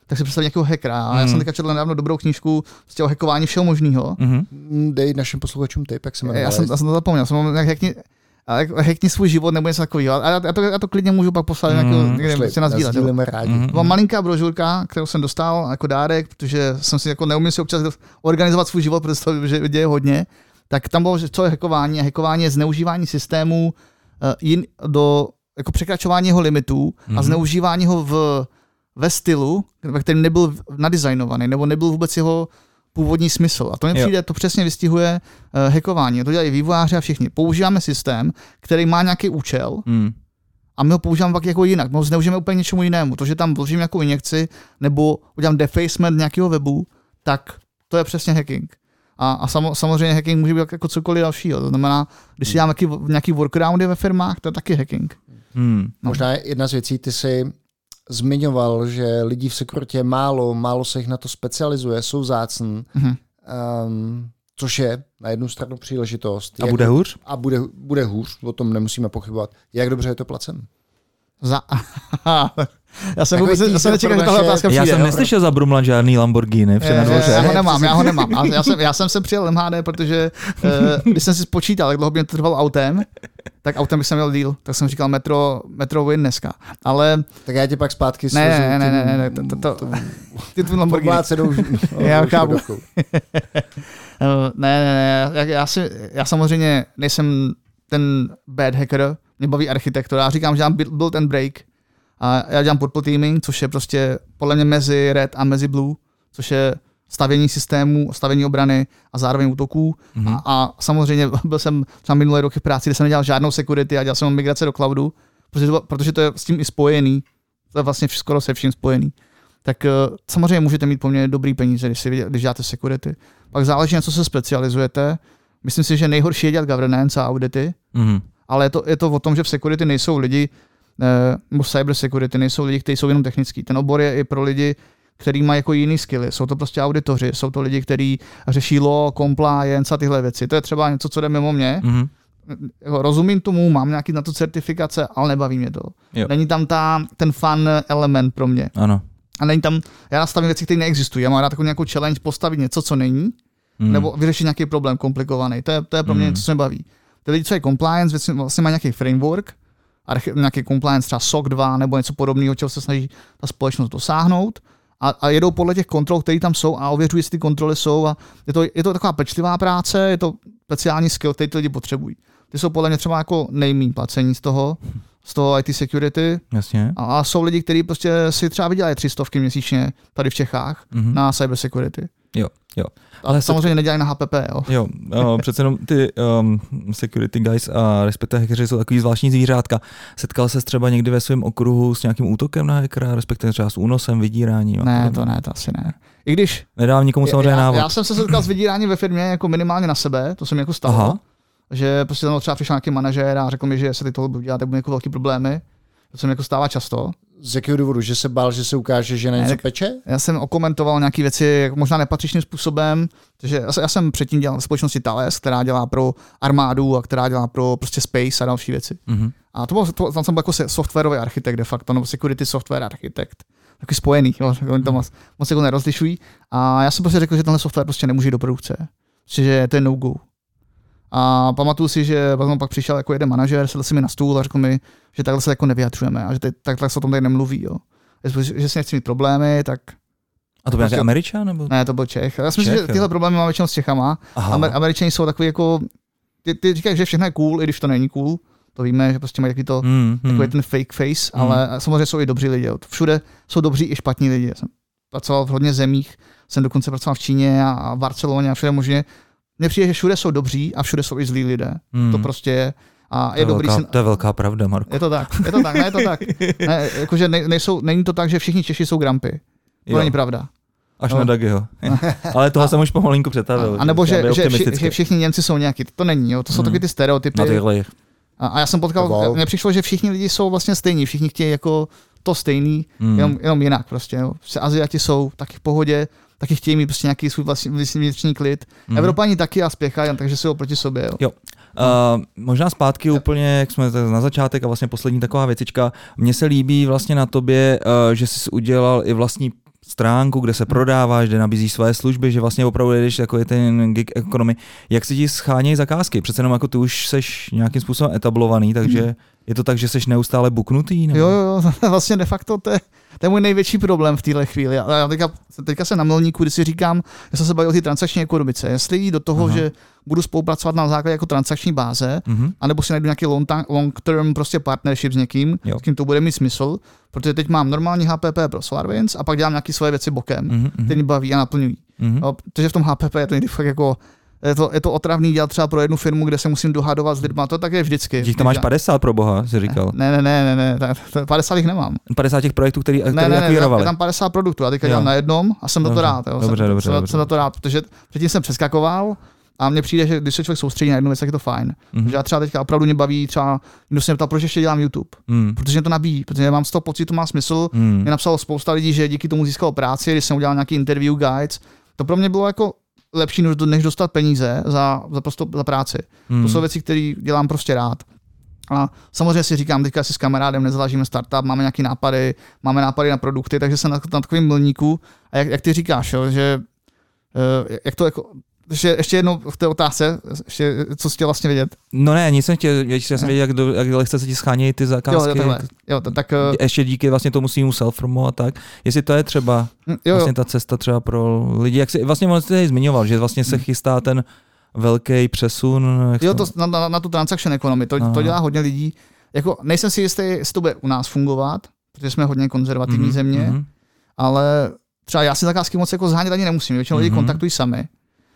tak si představí nějakého hackera. A mm. já jsem teďka četl nedávno dobrou knížku z o hackování všeho možného. Mm-hmm. Dej našim posluchačům tip, jak se jmenuje. Já jsem, já jsem to zapomněl, jsem jak hackni, hackni svůj život nebo něco takového. A já to, já to klidně můžu pak poslat mm. nějakého, někde se nazdílet. rádi. Mm. To byla malinká brožurka, kterou jsem dostal jako dárek, protože jsem si jako neuměl si občas organizovat svůj život, protože to že děje hodně. Tak tam bylo, že co je hackování. A hackování je zneužívání systému uh, jin, do jako překračování jeho limitů mm. a zneužívání ho v, ve stylu, ve kterém nebyl nadizajnovaný, nebo nebyl vůbec jeho původní smysl. A to mi přijde, to přesně vystihuje uh, hackování. To dělají vývojáři a všichni. Používáme systém, který má nějaký účel mm. a my ho používáme pak jako jinak. My ho zneužijeme úplně něčemu jinému. To, že tam vložím nějakou injekci nebo udělám defacement nějakého webu, tak to je přesně hacking. A, a samo, samozřejmě hacking může být jako cokoliv dalšího. To znamená, když si děláme nějaký, nějaký workaroundy ve firmách, to je taky hacking. Hmm. No. Možná jedna z věcí, ty jsi zmiňoval, že lidí v sekuritě málo, málo se jich na to specializuje, jsou vzácní, mm-hmm. um, což je na jednu stranu příležitost. A bude hůř? A bude, bude hůř, o tom nemusíme pochybovat. Jak dobře je to placen? Za... Já jsem vůbec já jsem nečekal, že tahle otázka přijde. Já jsem neslyšel zabrumlat žádný Lamborghini před na dvoře. Já ho nemám, já ho nemám. Já jsem, já jsem se přijel M H D, protože uh, když jsem si spočítal, jak dlouho by mě to trvalo autem, tak autem bych jsem měl deal. Tak jsem říkal metro, metro win dneska. Ale... Tak já tě pak zpátky ne, ne, ne, ne, ne, ne, to, to, to, ty tu Lamborghini. Já chápu. Ne, ne, ne, já, já, si, já samozřejmě nejsem ten bad hacker, mě baví architektura. Já říkám, že dělám build and break. A já dělám purple teaming, což je prostě podle mě mezi red a mezi blue, což je stavění systému, stavění obrany a zároveň útoků. Mm-hmm. A, a samozřejmě byl jsem třeba minulé roky v práci, kde jsem nedělal žádnou security a dělal jsem migrace do cloudu, protože to, protože to je s tím i spojený. To je vlastně skoro se vším spojený. Tak uh, samozřejmě můžete mít poměrně dobrý peníze, když, si, když děláte security. Pak záleží, na co se specializujete. Myslím si, že nejhorší je dělat governance a audity, mm-hmm. ale je to, je to o tom, že v security nejsou lidi, nebo cyber security nejsou lidi, kteří jsou jenom technický. Ten obor je i pro lidi, kteří mají jako jiný skilly. Jsou to prostě auditoři, jsou to lidi, kteří řeší law, compliance a tyhle věci. To je třeba něco, co jde mimo mě. Mm-hmm. Rozumím tomu, mám nějaký na to certifikace, ale nebaví mě to. Jo. Není tam ta, ten fun element pro mě. Ano. A není tam, já nastavím věci, které neexistují. Já mám rád takovou nějakou challenge postavit něco, co není, mm. nebo vyřešit nějaký problém komplikovaný. To je, to je pro mě mm. něco, co mě baví. Ty lidi, co je compliance, vlastně mají nějaký framework, archi- nějaký compliance, třeba S O C dva nebo něco podobného, čeho se snaží ta společnost dosáhnout a, a jedou podle těch kontrol, které tam jsou a ověřují, jestli ty kontroly jsou a je to, je to taková pečlivá práce, je to speciální skill, který ty lidi potřebují. Ty jsou podle mě třeba jako nejméně placení z toho, z toho I T security. Jasně. A, a jsou lidi, kteří prostě si třeba vydělají tři stovky měsíčně tady v Čechách mm-hmm. na cyber security. Jo, jo. Ale samozřejmě se... nedělají na H P P, jo. Jo, uh, přece jenom ty um, security guys a respektive hackeři jsou takový zvláštní zvířátka. Setkal ses třeba někdy ve svém okruhu s nějakým útokem na hackera, respektive třeba s únosem, vydíráním? Ne, to ne, to asi ne. I když... Nedávám nikomu samozřejmě já, návod. Já jsem se setkal s vydíráním ve firmě jako minimálně na sebe, to se mi jako stalo. Aha. Že prostě tam třeba přišel nějaký manažér a řekl mi, že se ty tohle budou dělat, tak budou jako velký problémy. To se mi jako stává často. Z jakého důvodu? Že se bál, že se ukáže, že na něco peče? Já jsem okomentoval nějaké věci jako možná nepatřičným způsobem. Takže já jsem předtím dělal v společnosti Thales, která dělá pro armádu a která dělá pro prostě space a další věci. Mm-hmm. A to bylo, to, tam jsem byl jako softwarový architekt de facto, nebo security software architekt. Takový spojený, jo, oni tam moc, moc jako nerozlišují. A já jsem prostě řekl, že tenhle software prostě nemůže jít do produkce. Že to je no-go. A pamatuju si, že potom pak přišel jako jeden manažer, sedl si mi na stůl a řekl mi, že takhle se jako nevyjadřujeme a že teď, takhle se o tom tady nemluví. Jo. Že, že si nechci mít problémy, tak... A to byl nějaký Američan? Nebo? Ne, to byl Čech. Já si myslím, že tyhle problémy máme většinou s Čechama. Amer, Američani jsou takový jako... Ty, ty říkají, že všechno je cool, i když to není cool. To víme, že prostě mají takový, to, mm, mm. takový ten fake face, mm. ale samozřejmě jsou i dobří lidi. Jo. Všude jsou dobří i špatní lidi. Já jsem pracoval v hodně zemích, jsem dokonce pracoval v Číně a v Barceloně a všude možně. Mně přijde, že všude jsou dobří a všude jsou i zlí lidé. Hmm. To prostě je. A je to, dobrý velká, si... to je velká pravda, Marko. Je to tak, je to tak, ne, je to tak. Ne, jakože ne, nejsou, není to tak, že všichni Češi jsou grumpy. To jo. Není pravda. Až no. na Dagiho. Ale toho a, jsem už pomalinku přetavil. A, a nebo že, že, vši, že všichni Němci jsou nějaký. To není, jo. To jsou hmm. taky ty stereotypy. A, a já jsem potkal, mně přišlo, že všichni lidi jsou vlastně stejní. Všichni chtějí jako to stejný, hmm. jenom, jenom jinak prostě. Jo. Aziati jsou taky v pohodě, taky chtějí mít prostě nějaký svůj vlastní vnitřní klid. Mm. Evropani taky a spěchají, takže jsou proti sobě. Jo. jo. Uh, možná zpátky jo. úplně, jak jsme na začátek a vlastně poslední taková věcička. Mně se líbí vlastně na tobě, uh, že jsi udělal i vlastní stránku, kde se prodáváš, kde nabízíš své služby, že vlastně opravdu jdeš jako je ten gig economy. Jak se ti schánějí zakázky? Přece jenom jako ty už seš nějakým způsobem etablovaný, takže hmm. je to tak, že seš neustále buknutý? Nebo? Jo, jo, vlastně de facto to je, to je můj největší problém v téhle chvíli. Já teďka, teďka jsem na milníku, kdy si říkám, že jsem se bavil o té transakční ekonomice. Jestli jít do toho, Aha. že budu spolupracovat na základě jako transakční báze, mm-hmm. anebo si najdu nějaký long term prostě partnership s někým, jo. s kým to bude mít smysl, protože teď mám normální H P P pro SolarWinds a pak dělám nějaké svoje věci bokem, mm-hmm. které mě baví a naplňují. Mm-hmm. No, protože v tom H P P je to někdy fakt jako Je to, je to otravný dělat třeba pro jednu firmu, kde se musím dohadovat s lidma, to tak je vždycky. Když to máš padesát pro boha, jsi říkal. Ne, ne, ne, ne, ne, padesát jich nemám. padesát těch projektů, který, který ne, ne, akvírovali. Ne, je tam padesát produktů, a teďka dělám na jednom a jsem dobře, za to rád. Jo. Dobře, jsem, dobře, jsem, dobře. jsem za to rád, protože předtím jsem přeskakoval a mně přijde, že když se člověk soustředí na jednu věc, tak je to fajn. Mm-hmm. Že já třeba teďka opravdu mě baví, třeba někdo se mě ptal, proč ještě dělám YouTube. Mm. Protože mě to nabíjí, protože mám z toho pocit, to má smysl. Mm. Mě napsalo spousta lidí, že díky tomu získalo práci, když jsem udělal nějaký interview guides. To pro mě bylo jako lepší, než dostat peníze za, za, prostě, za práci. Hmm. To jsou věci, které dělám prostě rád. A samozřejmě si říkám, teďka si s kamarádem nezaložíme startup, máme nějaké nápady, máme nápady na produkty, takže jsem na, na takovém milníku. A jak, jak ty říkáš, jo, že jak to jako, ještě, ještě jednou v té otázce, ještě, co jsi chtěl vlastně vědět? No ne, nic jsem chtěl, já jsem vědět, jak, do, jak lehce se ti schánějí ty zakázky. Jo, jo, to, tak, ještě díky vlastně tomu svýmu self-promo a tak. Jestli to je třeba jo, jo. vlastně ta cesta třeba pro lidi, jak si vlastně jsi zmiňoval, že vlastně se chystá ten velký přesun. Jo, to, na, na, na tu transaction economy, to, to dělá hodně lidí. Jako, nejsem si jistý, jestli to bude u nás fungovat, protože jsme hodně konzervativní mm-hmm, země, mm-hmm. ale třeba já si zakázky moc jako zhánět ani nemusím, většinou mm-hmm. lidi kontaktují sami.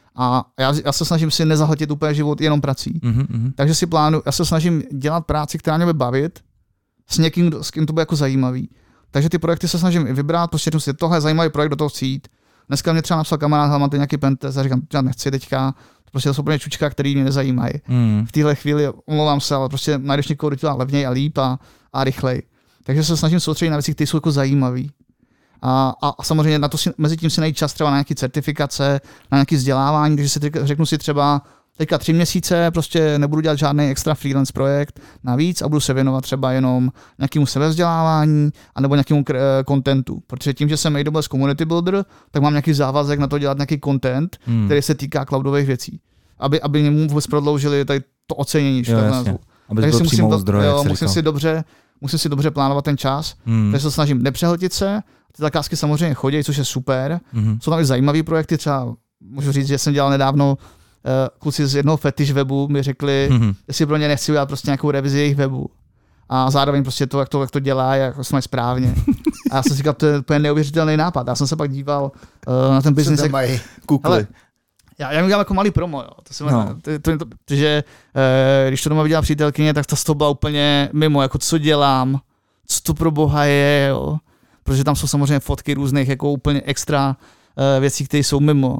A já, já se snažím si nezahltit úplně život jenom prací. Mm-hmm. Takže si plánuju, já se snažím dělat práci, která mě bude bavit, s někým, s kým to bude jako zajímavý. Takže ty projekty se snažím vybrat, prostě si tohle zajímavý projekt, do toho chci jít. Dneska mě třeba napsal kamarád, mám tady nějaký pentest a říkám, já nechci teďka, prostě to jsou úplně čučka, který mě nezajímají. Mm. V téhle chvíli omlouvám se, ale prostě najdeš někoho, kdo dělá levněji a líp a, a rychleji. Takže se snažím soustředit na věci, které jsou jako zajímavé. A, a, a samozřejmě na to si, mezi tím si najít čas třeba na nějaké certifikace, na nějaké vzdělávání, takže si teďka, řeknu si třeba teďka tři měsíce prostě nebudu dělat žádný extra freelance projekt navíc a budu se věnovat třeba jenom nějakému sebevzdělávání anebo nějakému kontentu. Protože tím, že jsem A W S Community Builder, tak mám nějaký závazek na to dělat nějaký content, hmm. který se týká cloudových věcí. Aby, aby němu vůbec prodloužili tady to ocenění. Jo, jasně. Aby takže si musím, to, zdroje, jo, musím, si dobře, musím si dobře plánovat ten čas, hmm. takže se snažím nepřehltit se. Ty zakázky samozřejmě chodí, což je super. Mm-hmm. Jsou tam i zajímavý projekty, třeba můžu říct, že jsem dělal nedávno, uh, kluci z jednoho fetish webu mi řekli, mm-hmm. jestli pro ně nechci udělat prostě nějakou revizi jejich webu. A zároveň prostě to, jak to, jak to dělá, jak to mají správně. A já jsem si říkal, to je úplně neuvěřitelný nápad. Já jsem se pak díval uh, na ten business. Co mají kukly. Hele, já, já mi dělám jako malý promo, jo. To jsem, no. to, to, to, protože uh, když to doma viděla přítelkyně, tak to z toho byla úplně mimo, jako co dělám, co to pro boha je, jo. Protože tam jsou samozřejmě fotky různých jako úplně extra uh, věcí, které jsou mimo.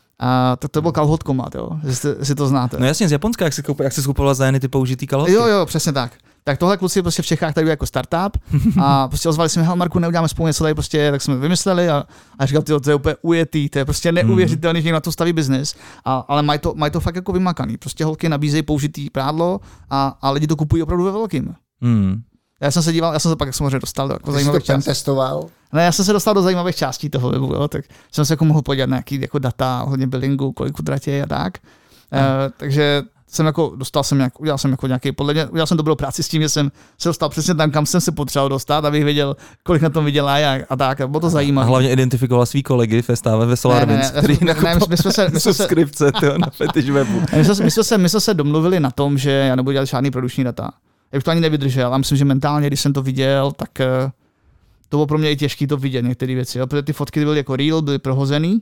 A to, to byl kalhotkomat, jo, jestli si to znáte. No jasně, z Japonska, jak jsi, koup, jak jsi skupoval za jeny ty použitý kalhotky. Jo, jo, přesně tak. Tak tohle kluci prostě v Čechách tady jako startup a prostě ozvali jsme, hej Marku, neuděláme spolu něco tady prostě, tak jsme vymysleli a, a říkal, tyjo, to je úplně ujetý, to je prostě neuvěřitelný, že na to staví biznis, a, ale mají to, maj to fakt jako vymakaný. Prostě holky nabízejí použitý prádlo a, a lidi to kupují opravdu ve velkým. Hmm. Já jsem se díval, já jsem se pak samozřejmě dostal do jako zajímavých částí. Testoval? Ne, já jsem se dostal do zajímavých částí toho webu, jo, tak jsem se jako mohl podívat na nějaký jako data, hodně billingu, kolik utratí a tak. Hmm. Uh, takže jsem jako, dostal jsem nějak, udělal jsem jako nějaký, podle mě, udělal jsem dobrou práci s tím, že jsem se dostal přesně tam, kam jsem se potřeboval dostat, abych věděl, kolik na tom vydělá a, a tak, a bylo to zajímavé. A hlavně identifikoval svý kolegy ve stáve ve SolarWinds, který nakupoval subskripce na fetish webu. My jsme, my, jsme se, my jsme se domluvili na tom, že já nebudu dělat žádný produkční data. Já bych to ani nevydržel a myslím, že mentálně, když jsem to viděl, tak uh, to bylo pro mě i těžké to vidět, některé věci, jo? Protože ty fotky byly jako real, byly prohozený,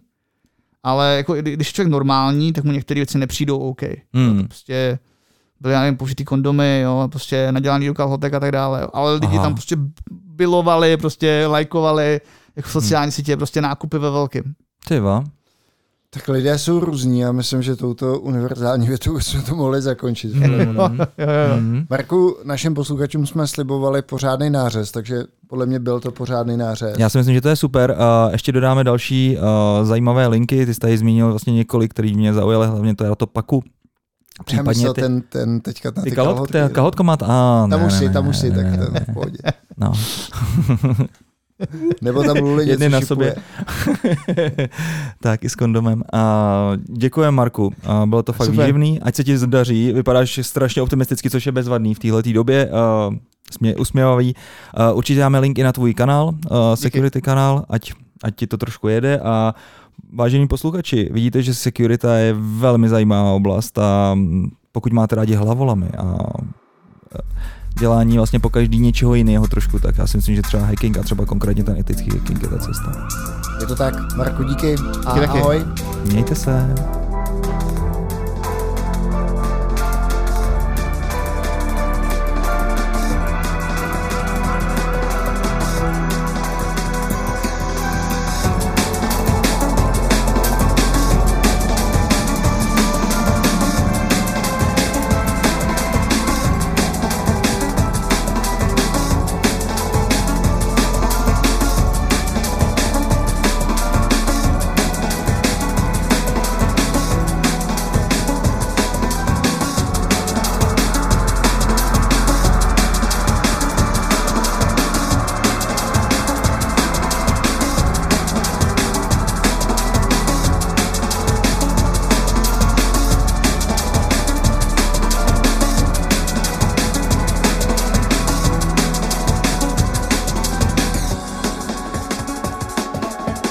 ale jako, když je člověk normální, tak mu některé věci nepřijdou OK. Hmm. To prostě byly, já nevím, použitý kondomy, jo? Prostě nadělaný do kalhotek a tak dále, ale lidi Aha. tam prostě bylovali, prostě lajkovali, jako v sociální hmm. sítě, prostě nákupy ve velkým. Tyva. Tak lidé jsou různí a myslím, že touto univerzální větou jsme to mohli zakončit. Mm-hmm. Marku, našim posluchačům jsme slibovali pořádný nářez, takže podle mě byl to pořádný nářez. Já si myslím, že to je super. Uh, ještě dodáme další uh, zajímavé linky. Ty jsi tady zmínil vlastně několik, který mě zaujaly, hlavně to je to paku. Případně ty, ten, ten teďka na ty, ty kalhotky. Kalhotkomat? Ah, tam ne, už si, ne, tam už si, ne, tak ne, ten ne. v pohodě. No. Nebo tam Luli Jedny něco na šipuje. sobě. Tak i s kondomem. A děkujem, Marku. A bylo to fakt Super. výživný. Ať se ti zdaří. Vypadáš strašně optimisticky, což je bezvadný v téhleté době. Uh, Smě, usměvavý. Uh, určitě dáme link i na tvůj kanál, uh, security Díky. kanál, ať, ať ti to trošku jede. A vážení posluchači, vidíte, že security je velmi zajímavá oblast a pokud máte rádi hlavolamy a dělání vlastně po každý něčeho jiného trošku, tak já si myslím, že třeba hacking a třeba konkrétně ten etický hacking je ta cesta. Je to tak. Marku, díky. A Díky taky. ahoj. Mějte se.